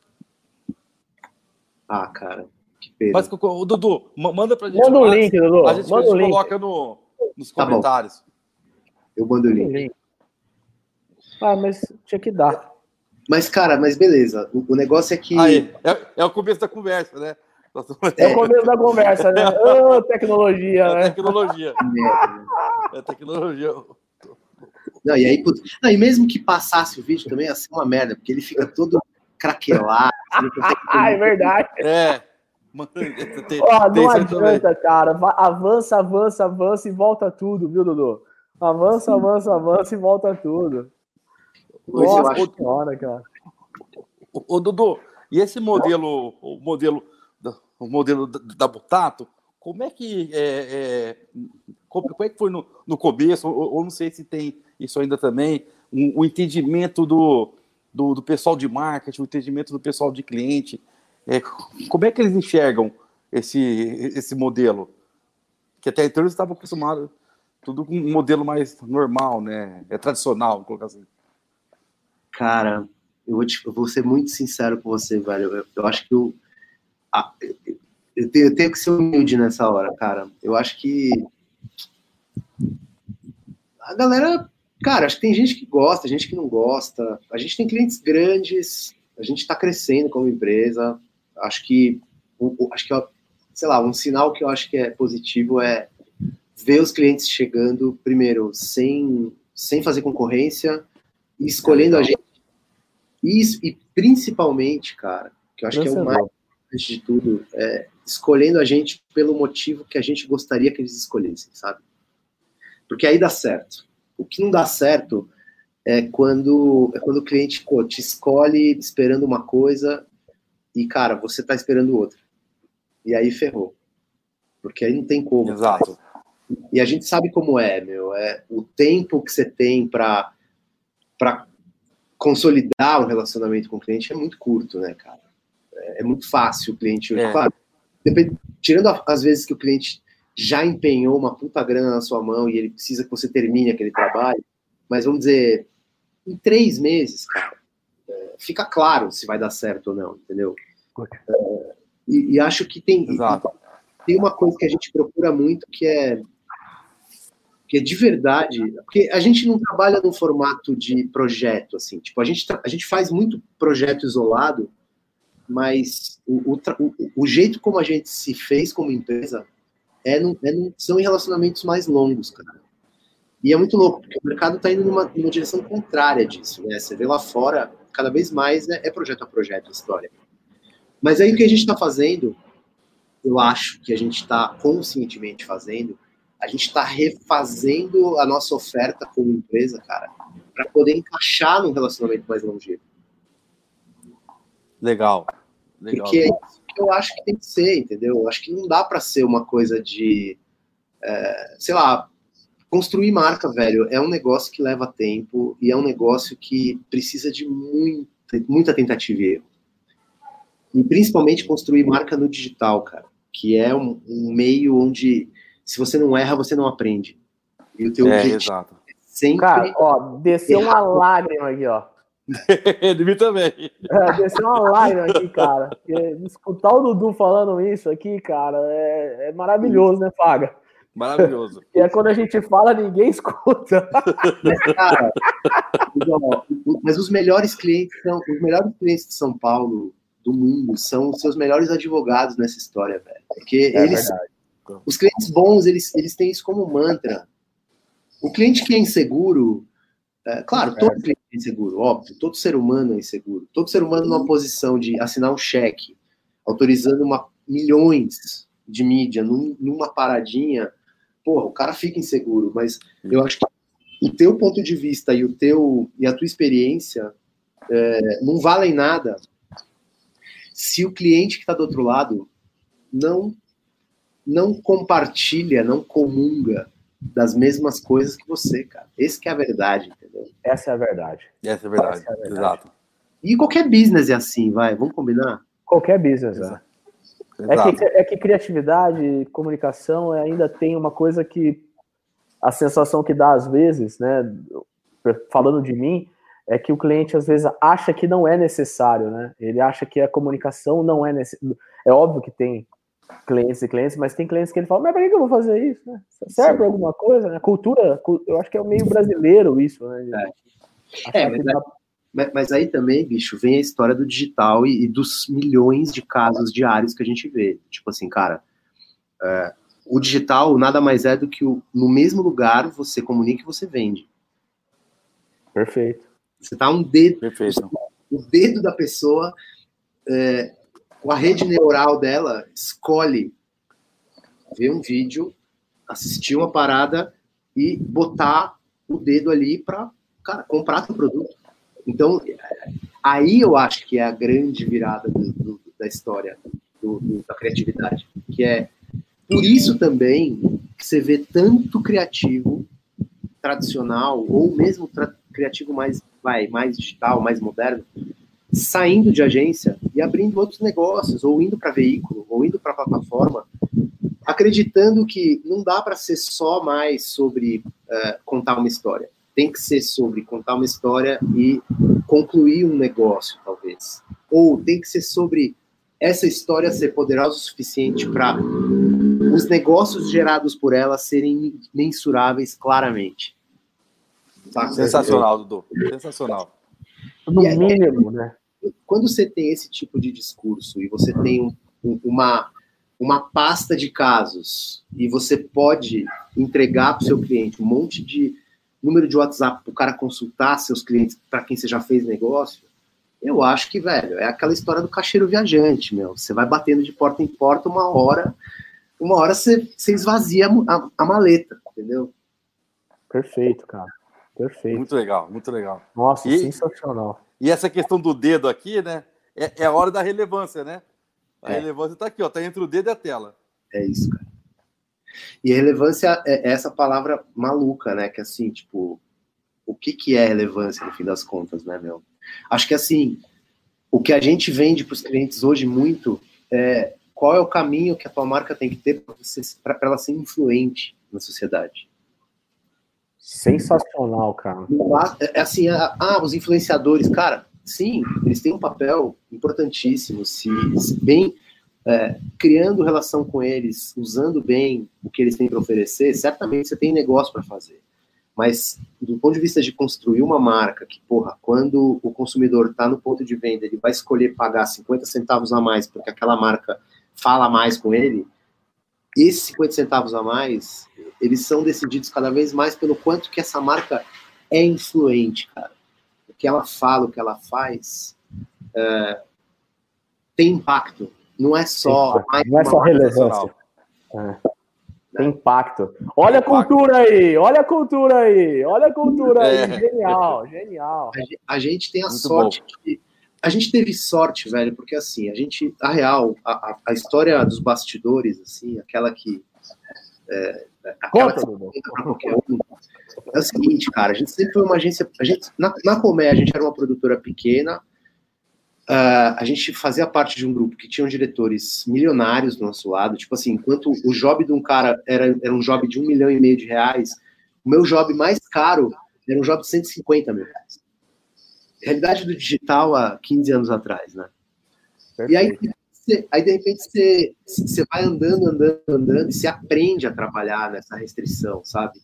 Ah, cara. Que pena. Mas, o Dudu, ma- manda pra gente. Manda o mais. link, Dudu. A gente, a Manda gente o link. coloca no, nos Tá bom. comentários. Eu mando o Manda o link. link. Ah, mas tinha que dar. Mas, cara, mas beleza. O, o negócio é que... Aí, é, é o começo da conversa, né? É o começo da conversa, né? Ô, tecnologia, É né? tecnologia. É tecnologia. Não, e aí, putz, não, e mesmo que passasse o vídeo também ia ser uma merda, porque ele fica todo craquelado. Você não consegue Ah, é verdade. É. Mano, tem, Ó, tem não isso aí também. adianta, cara. Va- Avança, avança, avança e volta tudo, viu, Dudu? Avança, avança, avança e volta tudo. Pois eu Nossa acho. senhora, cara. Ô, ô, Dudu, e esse modelo, o modelo, da- o modelo da, da Butato, como é que é, é, como, como é que foi no, no começo, ou, ou não sei se tem isso ainda também, o um, um entendimento do, do, do pessoal de marketing, o entendimento do pessoal de cliente, é, como é que eles enxergam esse, esse modelo? Que até então eles estavam acostumados tudo com um modelo mais normal, né? É tradicional, vou colocar assim. Cara, eu vou, te, eu vou ser muito sincero com você, velho. Eu, eu acho que eu, ah, eu, eu, tenho, eu tenho que ser humilde nessa hora, cara. Eu acho que a galera, cara, acho que tem gente que gosta, gente que não gosta. A gente tem clientes grandes, a gente está crescendo como empresa. Acho que, acho que, sei lá, um sinal que eu acho que é positivo é ver os clientes chegando, primeiro, sem, sem fazer concorrência, e escolhendo a gente. Isso, e principalmente, cara, que eu acho que é o mais importante de tudo, é escolhendo a gente pelo motivo que a gente gostaria que eles escolhessem, sabe? Porque aí dá certo. O que não dá certo é quando, é quando o cliente, pô, te escolhe esperando uma coisa e, cara, você tá esperando outra. E aí ferrou. Porque aí não tem como. Exato. Cara. E a gente sabe como é, meu. É o tempo que você tem para para consolidar um relacionamento com o cliente é muito curto, né, cara? É, é muito fácil o cliente hoje. É. Claro, depend... tirando as vezes que o cliente já empenhou uma puta grana na sua mão e ele precisa que você termine aquele trabalho, mas vamos dizer, em três meses, cara, é, fica claro se vai dar certo ou não, entendeu? É, e, e acho que tem, tem uma coisa que a gente procura muito que é que é de verdade, porque a gente não trabalha no formato de projeto, assim, tipo, a gente, a gente faz muito projeto isolado, mas o, o, o, o jeito como a gente se fez como empresa é, no, é no, são em relacionamentos mais longos, cara. E é muito louco, porque o mercado está indo numa, numa direção contrária disso, né? Você vê lá fora, cada vez mais é, é projeto a projeto a história. Mas aí o que a gente está fazendo, eu acho que a gente está conscientemente fazendo, a gente está refazendo a nossa oferta como empresa, cara, para poder encaixar num relacionamento mais longevo. Legal. Legal. Porque é isso que eu acho que tem que ser, entendeu? Eu acho que não dá para ser uma coisa de, é, sei lá, construir marca, velho, é um negócio que leva tempo e é um negócio que precisa de muita, muita tentativa e erro. E principalmente construir marca no digital, cara, que é um, um meio onde, se você não erra, você não aprende. E o teu é, objetivo exato. é sempre... Cara, ó, desceu uma lágrima aqui, ó. De mim também. É, desceu uma lágrima aqui, cara. Porque escutar o Dudu falando isso aqui, cara, é, é maravilhoso, né, Faga? Maravilhoso. E é quando a gente fala, ninguém escuta. Mas, cara, mas os melhores clientes são, os melhores clientes de São Paulo, do mundo, são os seus melhores advogados nessa história, velho. Porque É eles, verdade. os clientes bons, eles, eles têm isso como mantra. O cliente que é inseguro, é, claro, todo cliente é inseguro, óbvio, todo ser humano é inseguro. Todo ser humano numa posição de assinar um cheque, autorizando uma, milhões de mídia num, numa paradinha, porra, o cara fica inseguro, mas eu acho que o teu ponto de vista e, o teu, e a tua experiência é, não valem nada se o cliente que está do outro lado não, não compartilha, não comunga das mesmas coisas que você, cara. Esse que é a verdade, entendeu? Essa é a verdade. Essa é verdade, Essa é a verdade. Exato. E qualquer business é assim, vai, vamos combinar? Qualquer business, né? Exato. É que, é que criatividade, comunicação ainda tem uma coisa que a sensação que dá às vezes, né, falando de mim, é que o cliente às vezes acha que não é necessário, né? Ele acha que a comunicação não é necessária. É óbvio que tem clientes e clientes, mas tem clientes que ele fala, mas para que eu vou fazer isso, né? Serve para alguma coisa, né? Cultura, eu acho que é meio brasileiro isso, né? É, é mas, dá... mas, mas aí também, bicho, vem a história do digital e, e dos milhões de casos diários que a gente vê. Tipo assim, cara, é, o digital nada mais é do que o, no mesmo lugar você comunica e você vende. Perfeito. Você tá um dedo, Perfeito. O dedo da pessoa, é, com a rede neural dela, escolhe ver um vídeo, assistir uma parada e botar o dedo ali para, cara, comprar seu produto. Então, aí eu acho que é a grande virada do, do, da história do, do, da criatividade, que é por isso também que você vê tanto criativo tradicional ou mesmo tra- criativo mais, vai, mais digital, mais moderno, saindo de agência e abrindo outros negócios, ou indo para veículo, ou indo para plataforma, acreditando que não dá para ser só mais sobre uh, contar uma história. Tem que ser sobre contar uma história e concluir um negócio, talvez. Ou tem que ser sobre essa história ser poderosa o suficiente para os negócios gerados por ela serem mensuráveis claramente. Tá? Sensacional, Dudu. Sensacional. No aí, mínimo, né? Quando você tem esse tipo de discurso e você tem um, um, uma, uma pasta de casos e você pode entregar para o seu cliente um monte de número de WhatsApp para o cara consultar seus clientes, para quem você já fez negócio, eu acho que, velho, é aquela história do caixeiro viajante, meu. Você vai batendo de porta em porta, uma hora, uma hora você, você esvazia a, a maleta, entendeu? Perfeito, cara. Perfeito. Muito legal, muito legal. Nossa, e, sensacional. E essa questão do dedo aqui, né? É, é a hora da relevância, né? A é. relevância tá aqui, ó. Tá entre o dedo e a tela. É isso, cara. E a relevância é essa palavra maluca, né? Que assim, tipo, o que que é relevância no fim das contas, né, meu? Acho que assim, o que a gente vende para os clientes hoje muito é qual é o caminho que a tua marca tem que ter para ela ser influente na sociedade. Sensacional, cara. É assim, ah, os influenciadores, cara, sim, eles têm um papel importantíssimo, se, se bem é, criando relação com eles, usando bem o que eles têm para oferecer, certamente você tem negócio para fazer. Mas, do ponto de vista de construir uma marca que, porra, quando o consumidor está no ponto de venda, ele vai escolher pagar cinquenta centavos a mais porque aquela marca fala mais com ele, esses cinquenta centavos a mais, eles são decididos cada vez mais pelo quanto que essa marca é influente, cara. O que ela fala, o que ela faz, é, tem impacto. Não é só... Mais não é só relevância. É. Tem impacto. Olha a cultura aí, olha a cultura aí, olha a cultura aí. É. Genial, genial. A, a gente tem a Muito sorte de... A gente teve sorte, velho, porque assim, a gente, a real, a, a história dos bastidores, assim, aquela que é, aquela que você conta pra qualquer um. É o seguinte, cara, a gente sempre foi uma agência, a gente, na, na Colmeia a gente era uma produtora pequena, uh, a gente fazia parte de um grupo que tinham diretores milionários do nosso lado, tipo assim, enquanto o job de um cara era, era um job de um milhão e meio de reais, o meu job mais caro era um job de cento e cinquenta mil reais. Realidade do digital há quinze anos atrás, né? Perfeito. E aí, você, aí, de repente, você, você vai andando, andando, andando, e você aprende a trabalhar nessa restrição, sabe?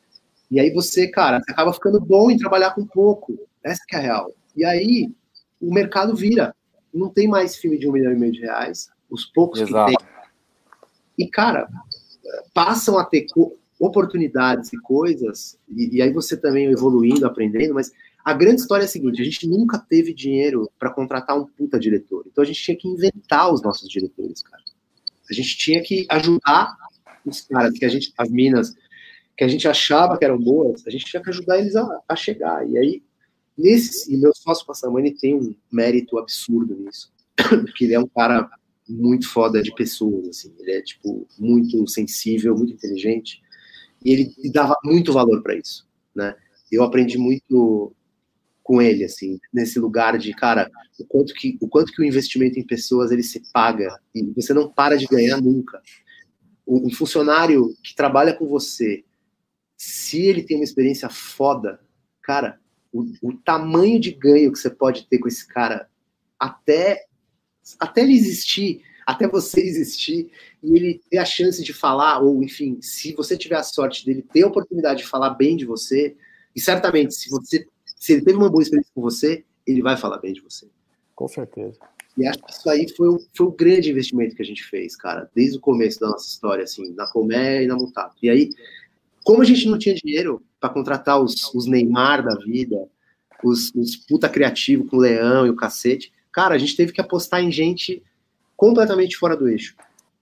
E aí você, cara, você acaba ficando bom em trabalhar com pouco. Essa que é a real. E aí, o mercado vira. Não tem mais filme de um milhão e meio de reais. Os poucos Exato. que tem. E, cara, passam a ter oportunidades e coisas, e, e aí você também evoluindo, aprendendo, mas a grande história é a seguinte, a gente nunca teve dinheiro para contratar um puta diretor, então a gente tinha que inventar os nossos diretores, cara. A gente tinha que ajudar os caras, que a gente, as minas, que a gente achava que eram boas, a gente tinha que ajudar eles a, a chegar, e aí, nesse, e meu sócio Passamani tem um mérito absurdo nisso, porque ele é um cara muito foda de pessoas, assim, ele é, tipo, muito sensível, muito inteligente, e ele dava muito valor para isso, né? Eu aprendi muito com ele, assim, nesse lugar de, cara, o quanto que o, quanto que o investimento em pessoas, ele se paga, e você não para de ganhar nunca. Um funcionário que trabalha com você, se ele tem uma experiência foda, cara, o, o tamanho de ganho que você pode ter com esse cara, até, até ele existir, até você existir, e ele ter a chance de falar, ou, enfim, se você tiver a sorte dele ter a oportunidade de falar bem de você, e certamente, se você se ele teve uma boa experiência com você, ele vai falar bem de você. Com certeza. E acho que isso aí foi o, foi o grande investimento que a gente fez, cara, desde o começo da nossa história, assim, na Colmeia e na Mutato. E aí, como a gente não tinha dinheiro para contratar os, os Neymar da vida, os, os puta criativo com o Leão e o cacete, cara, a gente teve que apostar em gente completamente fora do eixo.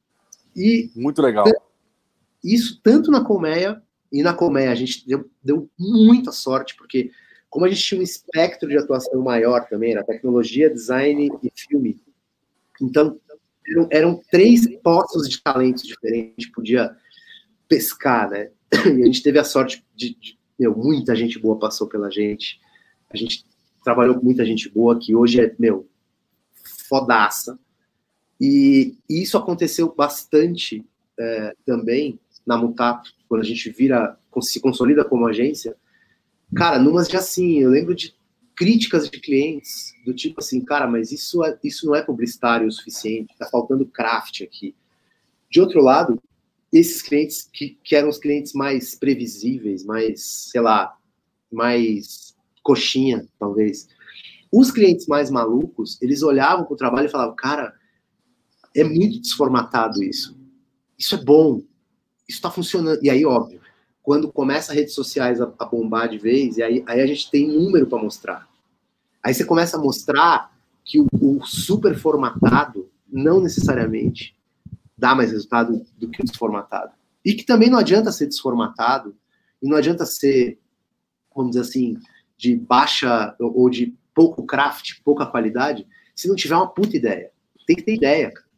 E muito legal. Isso tanto na Colmeia, e na Colmeia a gente deu, deu muita sorte, porque como a gente tinha um espectro de atuação maior também, era tecnologia, design e filme, então eram, eram três poços de talentos diferentes que a gente podia pescar, né? E a gente teve a sorte de, de meu, muita gente boa passou pela gente, a gente trabalhou com muita gente boa, que hoje é, meu, fodaça, e, e isso aconteceu bastante é, também na Mutato, quando a gente vira, se consolida como agência. Cara, numas de assim, eu lembro de críticas de clientes, do tipo assim, cara, mas isso, é, isso não é publicitário o suficiente, tá faltando craft aqui. De outro lado, esses clientes que, que eram os clientes mais previsíveis, mais, sei lá, mais coxinha, talvez. Os clientes mais malucos, eles olhavam pro trabalho e falavam, cara, é muito desformatado isso. Isso é bom. Isso tá funcionando. E aí, óbvio, quando começa as redes sociais a, a bombar de vez, e aí, aí a gente tem número para mostrar. Aí você começa a mostrar que o, o super formatado não necessariamente dá mais resultado do que o desformatado. E que também não adianta ser desformatado, e não adianta ser, vamos dizer assim, de baixa ou de pouco craft, pouca qualidade, se não tiver uma puta ideia. Tem que ter ideia, cara.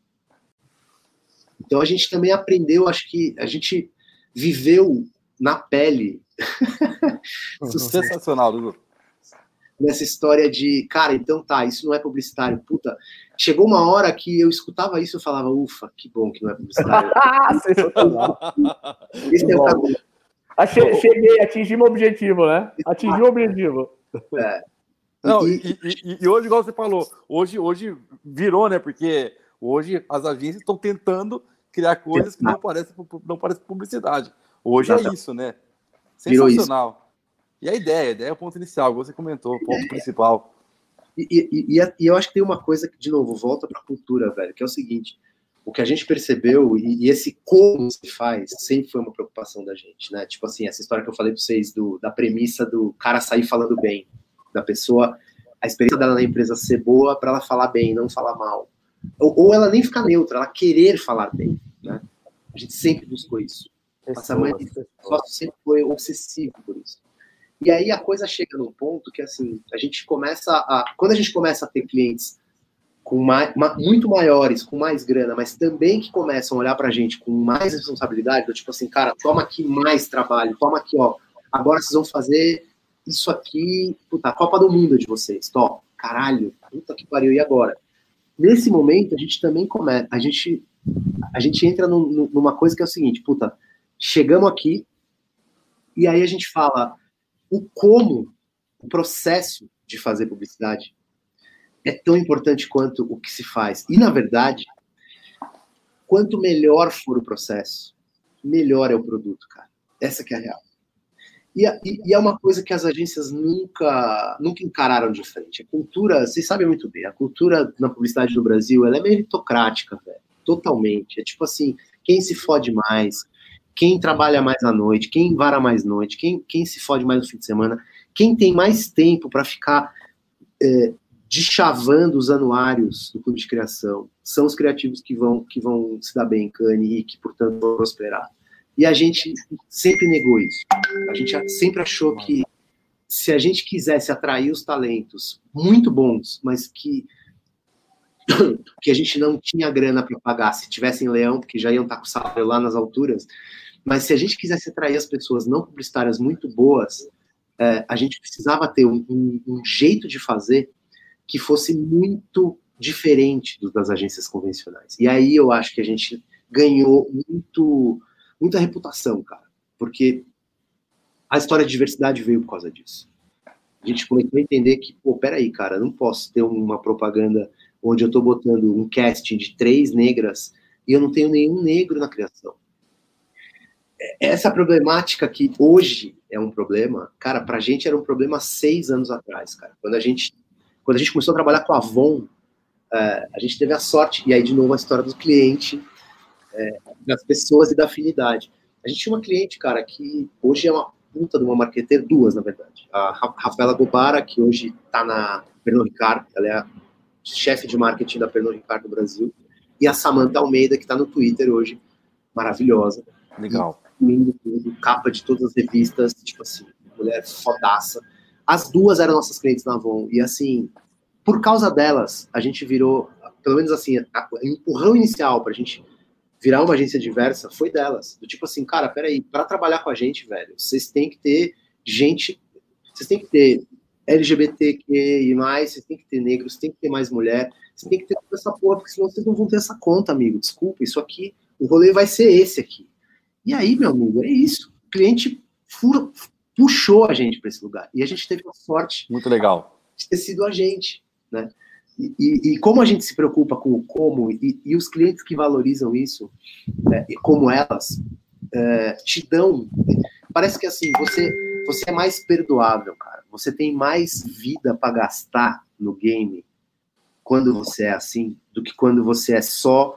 Então a gente também aprendeu, acho que a gente viveu na pele. Sensacional, Dudu. Nessa história de, cara, então tá, isso não é publicitário. Puta, chegou uma hora que eu escutava isso e eu falava, ufa, que bom que não é publicitário. Sensacional. Esse é o caminho. Achei, cheguei, atingi meu objetivo, né? Atingi o objetivo. É. Não, e, e, e hoje, igual você falou, hoje, hoje virou, né? Porque hoje as agências estão tentando criar coisas que não parecem, não parecem publicidade. Hoje é isso, né? Sensacional. E a ideia, a ideia é o ponto inicial, você comentou, o ponto é. principal. E, e, e, e eu acho que tem uma coisa que, de novo, volta para a cultura, velho, que é o seguinte, o que a gente percebeu, e, e esse como se faz, sempre foi uma preocupação da gente, né? Tipo assim, essa história que eu falei para vocês, do, da premissa do cara sair falando bem, da pessoa, a experiência dela na empresa ser boa para ela falar bem, não falar mal. Ou, ou ela nem ficar neutra, ela querer falar bem, né? A gente sempre buscou isso. Nossa mãe sempre foi obsessivo por isso. E aí a coisa chega num ponto que, assim, a gente começa a... Quando a gente começa a ter clientes com mais, ma, muito maiores, com mais grana, mas também que começam a olhar pra gente com mais responsabilidade, do tipo assim, cara, toma aqui mais trabalho, toma aqui, ó, agora vocês vão fazer isso aqui, puta, a Copa do Mundo de vocês, top, caralho, puta que pariu, e agora? Nesse momento, a gente também começa, a gente, a gente entra num, numa coisa que é o seguinte, puta, chegamos aqui, e aí a gente fala o como, o processo de fazer publicidade é tão importante quanto o que se faz. E, na verdade, quanto melhor for o processo, melhor é o produto, cara. Essa que é a real. E, e, e é uma coisa que as agências nunca, nunca encararam de frente. A cultura, vocês sabem muito bem, a cultura na publicidade do Brasil, ela é meritocrática, velho. Totalmente. É tipo assim, quem se fode mais, quem trabalha mais à noite, quem vara mais noite, quem, quem se fode mais no fim de semana, quem tem mais tempo para ficar... É, deschavando os anuários do clube de criação, são os criativos que vão, que vão se dar bem em Cannes e que, portanto, vão prosperar. E a gente sempre negou isso. A gente sempre achou que se a gente quisesse atrair os talentos muito bons, mas que, que a gente não tinha grana para pagar se tivessem Leão, porque já iam estar com o salário lá nas alturas, mas se a gente quisesse atrair as pessoas não publicitárias muito boas, é, a gente precisava ter um, um, um jeito de fazer que fosse muito diferente do das agências convencionais. E aí eu acho que a gente ganhou muito, muita reputação, cara. Porque a história de diversidade veio por causa disso. A gente começou a entender que, pô, peraí, cara, não posso ter uma propaganda onde eu tô botando um casting de três negras e eu não tenho nenhum negro na criação. Essa problemática que hoje é um problema, cara, pra gente era um problema há seis anos atrás, cara. Quando a gente Quando a gente começou a trabalhar com a Avon, é, a gente teve a sorte, e aí de novo a história do cliente, é, das pessoas e da afinidade. A gente tinha uma cliente, cara, que hoje é uma puta de uma marqueteira, duas, na verdade. A Rafaela Gobara, que hoje tá na Pernod Ricard, ela é a chefe de marketing da Pernod Ricard do Brasil, e a Samantha Almeida, que tá no Twitter hoje, maravilhosa. Legal. Lindo tudo, capa de todas as revistas, tipo assim, mulher fodaça. As duas eram nossas clientes na Avon, e assim, por causa delas, a gente virou, pelo menos assim, o empurrão inicial pra gente virar uma agência diversa foi delas. Do tipo assim, cara, peraí, pra trabalhar com a gente, velho, vocês têm que ter gente, vocês têm que ter L G B T Q I mais, vocês têm que ter negros, vocês têm que ter mais mulher, vocês têm que ter toda essa porra, porque senão vocês não vão ter essa conta, amigo, desculpa, isso aqui, o rolê vai ser esse aqui. E aí, meu amigo, é isso. O cliente fura... puxou a gente para esse lugar. E a gente teve a sorte muito legal de ter sido a gente, né? E, e, e como a gente se preocupa com o como, e, e os clientes que valorizam isso, é, como elas, é, te dão... Parece que assim, você, você é mais perdoável, cara. Você tem mais vida para gastar no game quando você é assim, do que quando você é só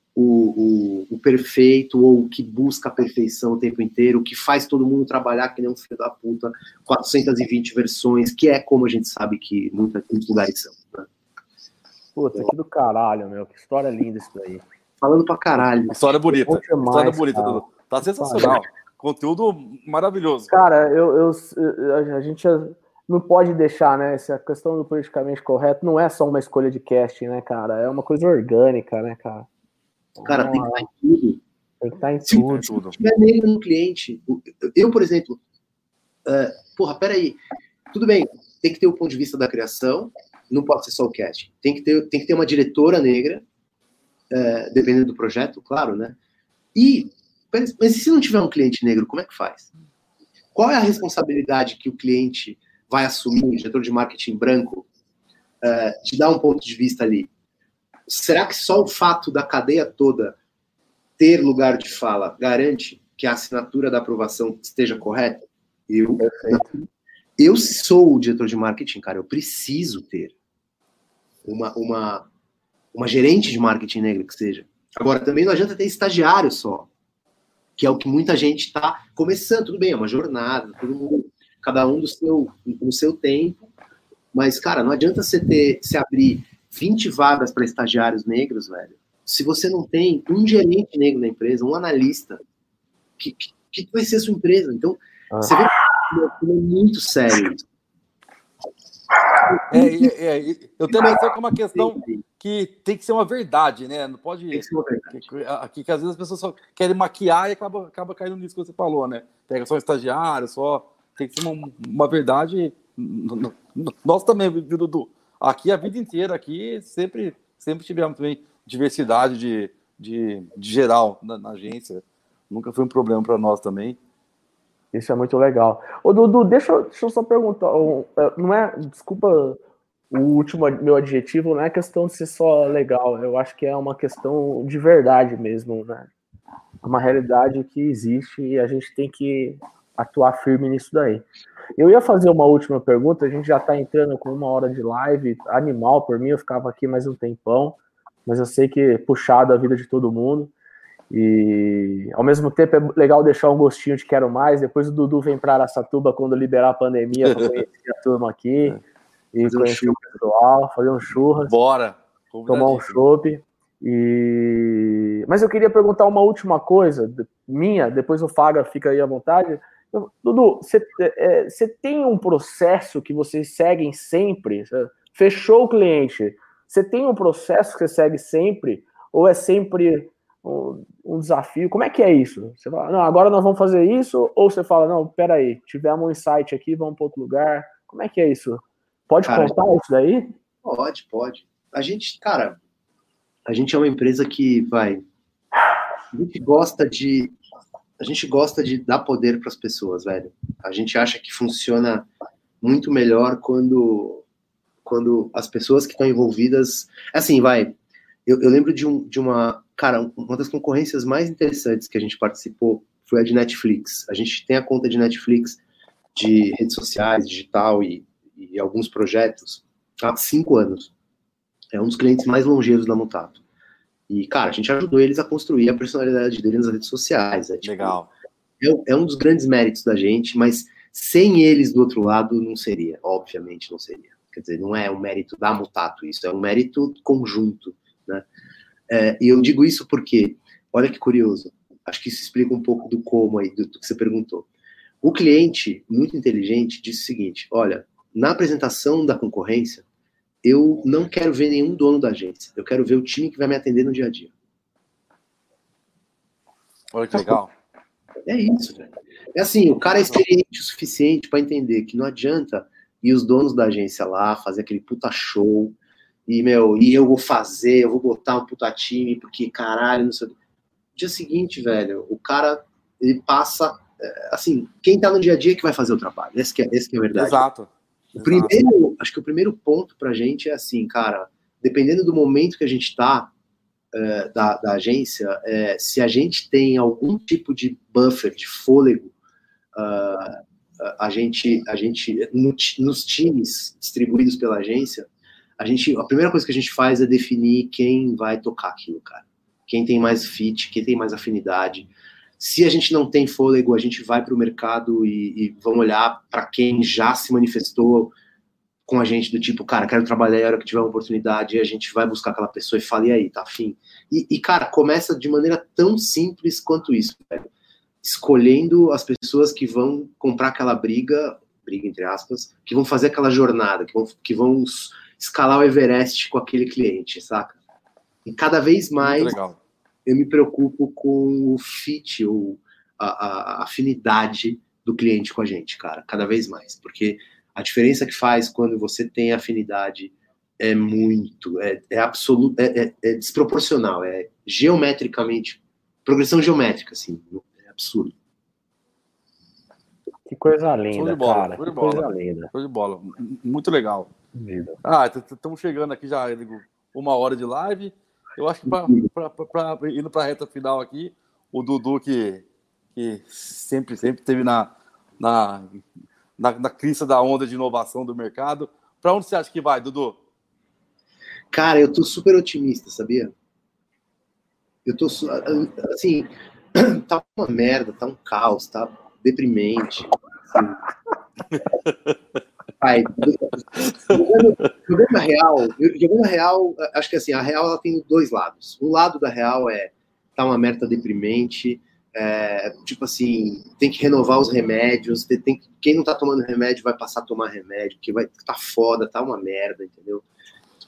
O, o, o perfeito, ou o que busca a perfeição o tempo inteiro, o que faz todo mundo trabalhar que nem um filho da puta, quatrocentas e vinte versões, que é como a gente sabe que muitos, muitos lugares são. Né? Puta, que do caralho, meu, que história linda isso daí. Falando pra caralho. História bonita, mais, história bonita, cara. Dudu. Tá sensacional. Conteúdo maravilhoso. Cara, eu, eu, eu, a gente não pode deixar, né, essa questão do politicamente correto não é só uma escolha de casting, né, cara, é uma coisa orgânica, né, cara. Cara, tem que estar em tudo. Tem que estar em se, tudo. Se tiver negro no cliente, eu, por exemplo, uh, porra, peraí, tudo bem, tem que ter o ponto de vista da criação, não pode ser só o casting. Tem que ter, tem que ter uma diretora negra, uh, dependendo do projeto, claro, né? E, mas se não tiver um cliente negro, como é que faz? Qual é a responsabilidade que o cliente vai assumir, o diretor de marketing branco, uh, de dar um ponto de vista ali? Será que só o fato da cadeia toda ter lugar de fala garante que a assinatura da aprovação esteja correta? Eu, eu sou o diretor de marketing, cara, eu preciso ter uma, uma, uma gerente de marketing negra que seja. Agora, também não adianta ter estagiário só, que é o que muita gente está começando. Tudo bem, é uma jornada, todo mundo, cada um do seu, no seu tempo, mas, cara, não adianta você ter, se abrir vinte vagas para estagiários negros, velho, se você não tem um gerente negro na empresa, um analista, que, que, que vai ser a sua empresa? Então, ah. você vê que é muito sério isso. É, é, é, eu tenho a dizer que é uma questão, que tem que ser uma verdade, né? Não pode... Tem que ser uma verdade. Que, que, que às vezes as pessoas só querem maquiar e acaba, acaba caindo nisso que você falou, né? Pega só um estagiário, só... Tem que ser uma, uma verdade... Nós também, viu, Dudu? Aqui a vida inteira, aqui sempre, sempre tivemos também diversidade de, de, de geral na, na agência. Nunca foi um problema para nós também. Isso é muito legal. Ô, Dudu, deixa, eu- deixa eu só perguntar. Não é, desculpa o último meu adjetivo, não é questão de ser só legal. Eu acho que é uma questão de verdade mesmo, né? É uma realidade que existe e a gente tem que atuar firme nisso daí. Eu ia fazer uma última pergunta, a gente já está entrando com uma hora de live, animal por mim, eu ficava aqui mais um tempão, mas eu sei que é puxado a vida de todo mundo. E ao mesmo tempo é legal deixar um gostinho de quero mais. Depois o Dudu vem para Araçatuba quando liberar a pandemia para conhecer a turma aqui e Fazer um conhecer o churras. pessoal, fazer um churras, Bora! tomar um chopp. E... Mas eu queria perguntar uma última coisa minha, depois o Faga fica aí à vontade. Eu- Dudu, você é, você tem um processo que vocês seguem sempre? Fechou o cliente, você tem um processo que você segue sempre? Ou é sempre um, um desafio? Como é que é isso? Você fala, não, agora nós vamos fazer isso? Ou você fala, não, peraí, tivemos um insight aqui, vamos para outro lugar. Como é que é isso? Pode Cara, contar isso daí? Pode, pode. A gente, cara, a gente é uma empresa que vai. A gente gosta de. A gente gosta de dar poder para as pessoas, velho. A gente acha que funciona muito melhor quando, quando as pessoas que estão envolvidas. Assim, vai. Eu, eu lembro de, um, de uma. Cara, uma das concorrências mais interessantes que a gente participou foi a de Netflix. A gente tem a conta de Netflix de redes sociais, digital e, e alguns projetos há cinco anos. É um dos clientes mais longevos da Mutato. E, cara, a gente ajudou eles a construir a personalidade deles nas redes sociais. É, tipo, Legal. é, é um dos grandes méritos da gente, mas sem eles do outro lado não seria, obviamente não seria. Quer dizer, não é um mérito da Mutato isso, é um mérito conjunto, né? É, e eu digo isso porque, olha que curioso, acho que isso explica um pouco do como aí, do, do que você perguntou. O cliente, muito inteligente, disse o seguinte, olha, na apresentação da concorrência, eu não quero ver nenhum dono da agência. Eu quero ver o time que vai me atender no dia a dia. Olha que legal. É isso, velho. É assim, o cara é experiente o suficiente para entender que não adianta ir os donos da agência lá, fazer aquele puta show, e, meu, e eu vou fazer, eu vou botar um puta time, porque caralho, não sei o que. Dia seguinte, velho, o cara, ele passa, assim, quem tá no dia a dia é que vai fazer o trabalho. Esse que é, esse que é a verdade. Exato. O primeiro, acho que o primeiro ponto pra gente é assim, cara, dependendo do momento que a gente tá, é, da, da agência, é, se a gente tem algum tipo de buffer, de fôlego, uh, a gente, a gente no, nos times distribuídos pela agência, a gente, a primeira coisa que a gente faz é definir quem vai tocar aquilo, cara. Quem tem mais fit, quem tem mais afinidade. Se a gente não tem fôlego, a gente vai para o mercado e, e vamos olhar para quem já se manifestou com a gente do tipo, cara, quero trabalhar a hora que tiver uma oportunidade, e a gente vai buscar aquela pessoa e fala, e aí, tá afim? E, e, cara, começa de maneira tão simples quanto isso, velho. Escolhendo as pessoas que vão comprar aquela briga, briga entre aspas, que vão fazer aquela jornada, que vão, que vão escalar o Everest com aquele cliente, saca? E cada vez mais eu me preocupo com o fit, ou a, a, a afinidade do cliente com a gente, cara, cada vez mais, porque a diferença que faz quando você tem afinidade é muito, é, é absoluto, é, é, é desproporcional, é geometricamente, progressão geométrica, assim, é absurdo. Que coisa linda, show de bola, cara, show de que bola, coisa linda. Show de bola, muito legal. Vida. Ah, estamos chegando aqui já, uma hora de live. Eu acho que para indo para a reta final aqui, o Dudu que, que sempre, sempre teve na, na, na, na crista da onda de inovação do mercado. Para onde você acha que vai, Dudu? Cara, eu tô super otimista, sabia? Eu tô, assim, tá uma merda, tá um caos, tá deprimente. Assim. Pai, jogando, jogando a real, jogando a real, acho que assim, a real ela tem dois lados. Um lado da real é tá uma merda deprimente, é, tipo assim, tem que renovar os remédios, tem, tem, quem não tá tomando remédio vai passar a tomar remédio, porque vai tá foda, tá uma merda, entendeu?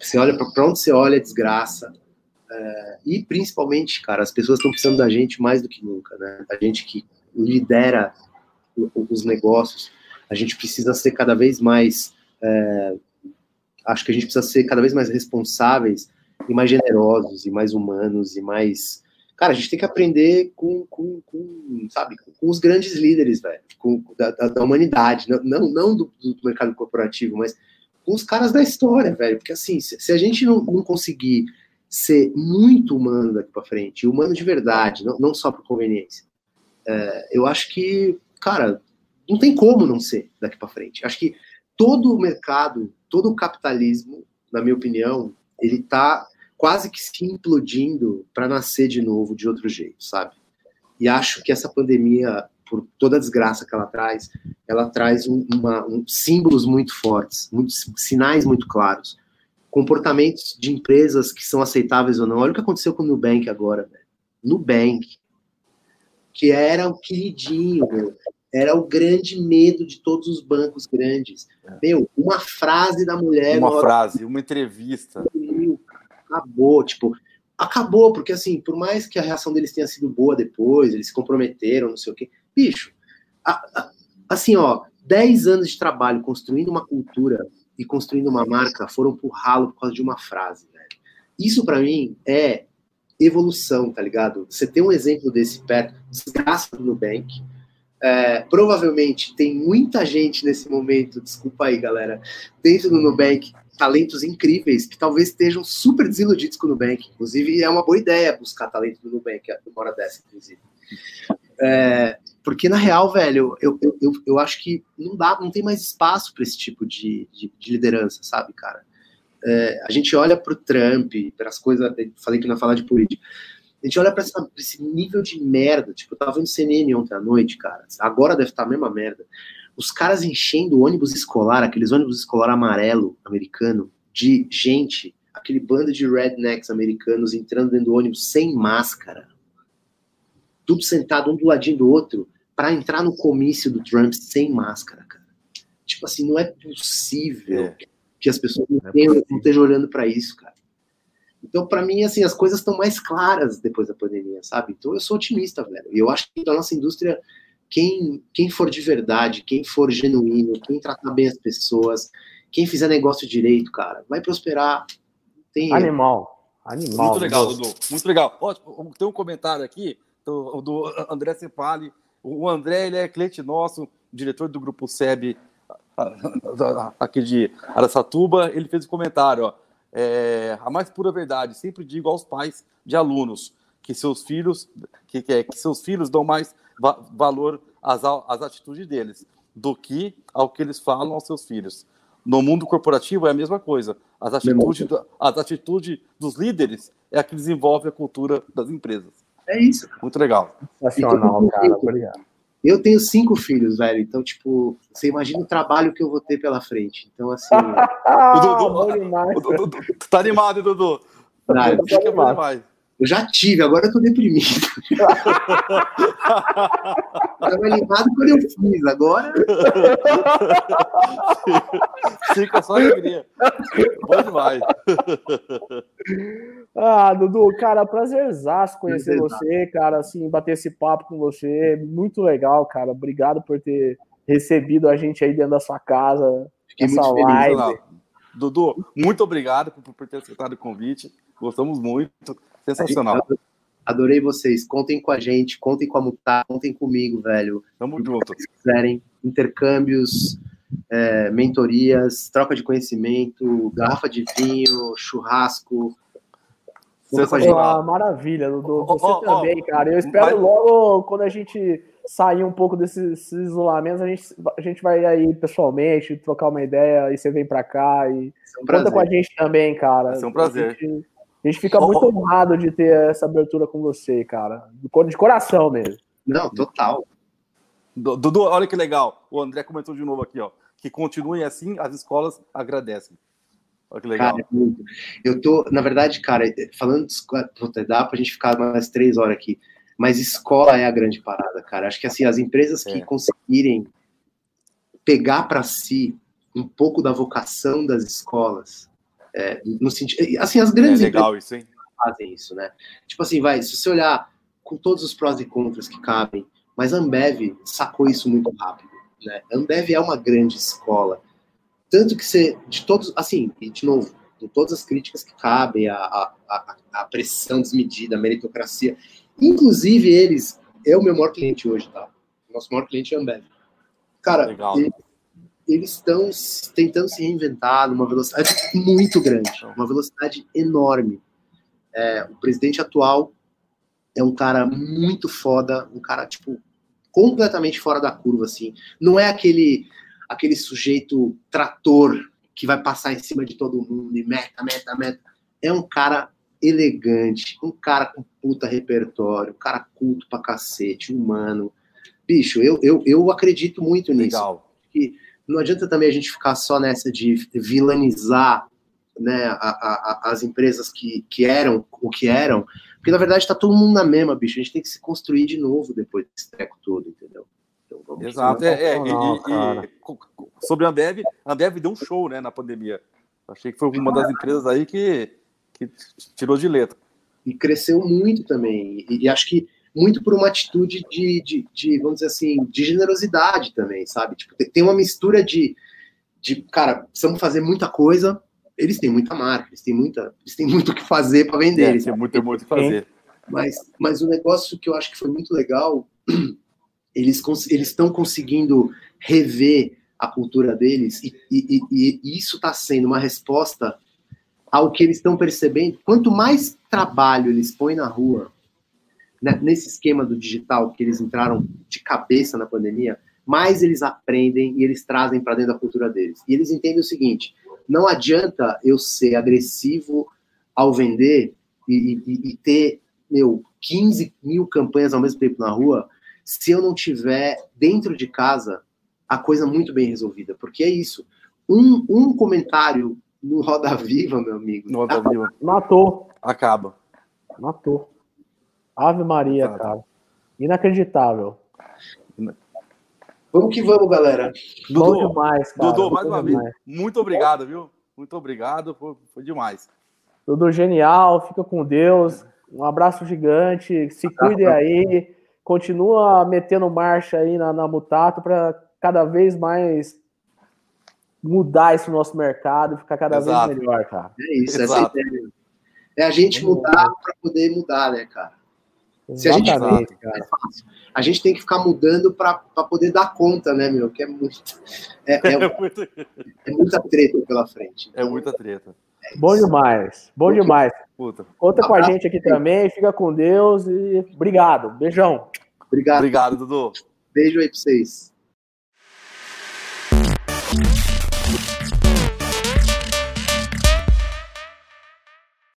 Você olha para onde você olha, é desgraça. É, e principalmente, cara, as pessoas estão precisando da gente mais do que nunca, né? A gente que lidera os negócios, a gente precisa ser cada vez mais, é, acho que a gente precisa ser cada vez mais responsáveis e mais generosos e mais humanos e mais, cara, a gente tem que aprender com, com, com sabe, com os grandes líderes, velho, com, da, da humanidade, não, não, não do, do mercado corporativo, mas com os caras da história, velho, porque assim, se, se a gente não, não conseguir ser muito humano daqui para frente, humano de verdade, não, não só por conveniência, é, eu acho que, cara, não tem como não ser daqui para frente. Acho que todo o mercado, todo o capitalismo, na minha opinião, ele está quase que se implodindo para nascer de novo de outro jeito, sabe? E acho que essa pandemia, por toda a desgraça que ela traz, ela traz um, uma, um, símbolos muito fortes, muitos sinais muito claros, comportamentos de empresas que são aceitáveis ou não. Olha o que aconteceu com o Nubank agora, velho. Nubank, que era o queridinho, meu, era o grande medo de todos os bancos grandes. Meu, uma frase da mulher... Uma frase, uma entrevista. Acabou, tipo... Acabou, porque assim, por mais que a reação deles tenha sido boa depois, eles se comprometeram, não sei o quê. Bicho, a, a, assim, ó, dez anos de trabalho construindo uma cultura e construindo uma marca foram pro ralo por causa de uma frase, velho. Isso, pra mim, é evolução, tá ligado? Você tem um exemplo desse perto, desgraça do Nubank. É, provavelmente tem muita gente nesse momento, desculpa aí, galera, dentro do Nubank, talentos incríveis que talvez estejam super desiludidos com o Nubank. Inclusive, é uma boa ideia buscar talento do Nubank numa hora dessa, inclusive. É, porque, na real, velho, eu, eu, eu, eu acho que não dá, não tem mais espaço para esse tipo de, de, de liderança, sabe, cara? É, a gente olha para o Trump, para as coisas, falei que não ia falar de política, a gente olha para esse nível de merda, tipo, eu tava vendo C N N ontem à noite, cara, agora deve estar a mesma merda, os caras enchendo o ônibus escolar, aqueles ônibus escolar amarelo americano, de gente, aquele bando de rednecks americanos entrando dentro do ônibus sem máscara, tudo sentado um do ladinho do outro, para entrar no comício do Trump sem máscara, cara. Tipo assim, não é possível é. que as pessoas não, é tenham, não estejam olhando para isso, cara. Então, para mim, assim, as coisas estão mais claras depois da pandemia, sabe? Então, eu sou otimista, velho. E eu acho que da nossa indústria, quem, quem for de verdade, quem for genuíno, quem tratar bem as pessoas, quem fizer negócio direito, cara, vai prosperar. Tem Animal. Animal. Muito legal, Dudu. Muito legal. Ó, tem um comentário aqui do, do André Cepali. O André, ele é cliente nosso, diretor do Grupo S E B aqui de Araçatuba. Ele fez um comentário, ó. É, a mais pura verdade, sempre digo aos pais de alunos que seus filhos que, que, que seus filhos dão mais va- valor às, às atitudes deles do que ao que eles falam aos seus filhos. No mundo corporativo é a mesma coisa. As atitudes, as atitudes dos líderes é a que desenvolve a cultura das empresas. É isso. Muito legal. Sensacional, cara. Obrigado. Eu tenho cinco filhos, velho, então, tipo, você imagina o trabalho que eu vou ter pela frente. Então, assim... o Dudu, o Dudu, tu tá animado, Dudu? Não, eu, tô animado. Eu já tive, agora eu tô deprimido. Eu tava animado quando eu fiz, agora... Fica só alegria. Bom demais. Ah, Dudu, cara, prazerzaço conhecer você, cara, assim, bater esse papo com você, muito legal, cara, obrigado por ter recebido a gente aí dentro da sua casa, fiquei essa muito live. Feliz, Dudu, muito obrigado por, por ter aceitado o convite, gostamos muito, sensacional. Adorei vocês, contem com a gente, contem com a Mutar, contem comigo, velho. Tamo junto. Se quiserem, intercâmbios, é, mentorias, troca de conhecimento, garrafa de vinho, churrasco. Ah, maravilha, Dudu. Você oh, oh, também, oh, cara. Eu espero mas... logo, quando a gente sair um pouco desses isolamentos, a gente, a gente vai aí pessoalmente, trocar uma ideia, e você vem pra cá e é um conta com a gente também, cara. É um prazer. A gente, a gente fica oh, muito oh. honrado de ter essa abertura com você, cara. De coração mesmo. Não, total. Dudu, olha que legal. O André comentou de novo aqui, ó. Que continuem assim, as escolas agradecem. Olha que legal. Cara, eu tô, na verdade, cara, falando de escola, dá pra gente ficar mais três horas aqui, mas escola é a grande parada, cara. Acho que assim, as empresas que é. conseguirem pegar para si um pouco da vocação das escolas, É, no sentido, assim, as grandes é legal empresas isso, hein? fazem isso, né? Tipo assim, vai, se você olhar com todos os prós e contras que cabem, mas a Ambev sacou isso muito rápido, né? A Ambev é uma grande escola. Tanto que você, de todos, assim, e de novo, com todas as críticas que cabem, a, a, a, a pressão desmedida, a meritocracia, inclusive eles, é o meu maior cliente hoje, tá? O nosso maior cliente é a Ambev. Cara, Legal. Ele, eles estão tentando se reinventar numa velocidade muito grande, uma velocidade enorme. É, o presidente atual é um cara muito foda, um cara, tipo, completamente fora da curva, assim. Não é aquele, aquele sujeito trator que vai passar em cima de todo mundo e meta, meta, meta. É um cara elegante, um cara com puta repertório, um cara culto pra cacete, humano. Bicho, eu, eu, eu acredito muito nisso. Legal. Que não adianta também a gente ficar só nessa de vilanizar, né, a, a, a, as empresas que, que eram o que eram, porque na verdade tá todo mundo na mesma, bicho. A gente tem que se construir de novo depois desse treco todo, entendeu? Então, vamos Exato. É, é, não, e, não, e, e sobre a Ambev, a Ambev deu um show, né, na pandemia. Achei que foi uma das empresas aí que, que tirou de letra. E cresceu muito também. E, e acho que muito por uma atitude de, de, de, vamos dizer assim, de generosidade também, sabe? Tipo, tem uma mistura de, de, cara, precisamos fazer muita coisa. Eles têm muita marca, eles têm, muita, eles têm muito o que fazer para vender. É, eles tem muito, muito o que fazer. Mas, mas o negócio que eu acho que foi muito legal, eles eles estão conseguindo rever a cultura deles e, e, e, e isso está sendo uma resposta ao que eles estão percebendo. Quanto mais trabalho eles põem na rua, né, nesse esquema do digital que eles entraram de cabeça na pandemia, mais eles aprendem e eles trazem para dentro da cultura deles. E eles entendem o seguinte: não adianta eu ser agressivo ao vender e, e, e ter, meu, quinze mil campanhas ao mesmo tempo na rua, se eu não tiver dentro de casa a coisa muito bem resolvida. Porque é isso. Um, um comentário no Roda Viva, meu amigo. No Roda Viva. Matou. Acaba. Matou. Ave Maria, Exato. cara. Inacreditável. Vamos que vamos, galera. Dudu, Bom demais, cara. Dudu, mais Bom uma demais. vez, muito obrigado, viu? Muito obrigado, foi, foi demais. Dudu, genial. Fica com Deus. Um abraço gigante. Se cuide aí. Continua metendo marcha aí na, na Mutato para cada vez mais mudar esse nosso mercado e ficar cada Exato. vez melhor, cara. É isso, Exato. essa ideia. É a gente mudar para poder mudar, né, cara? Se a gente, Exatamente, cara. é fácil. A gente tem que ficar mudando para poder dar conta, né, meu? Que é muito. É, é, É, muito... é muita treta pela frente. é muita treta. É Bom demais. Bom demais. Puta. Conta com a gente aqui também. Fica com Deus e obrigado. Beijão. Obrigado. Obrigado, Dudu. Beijo aí pra vocês.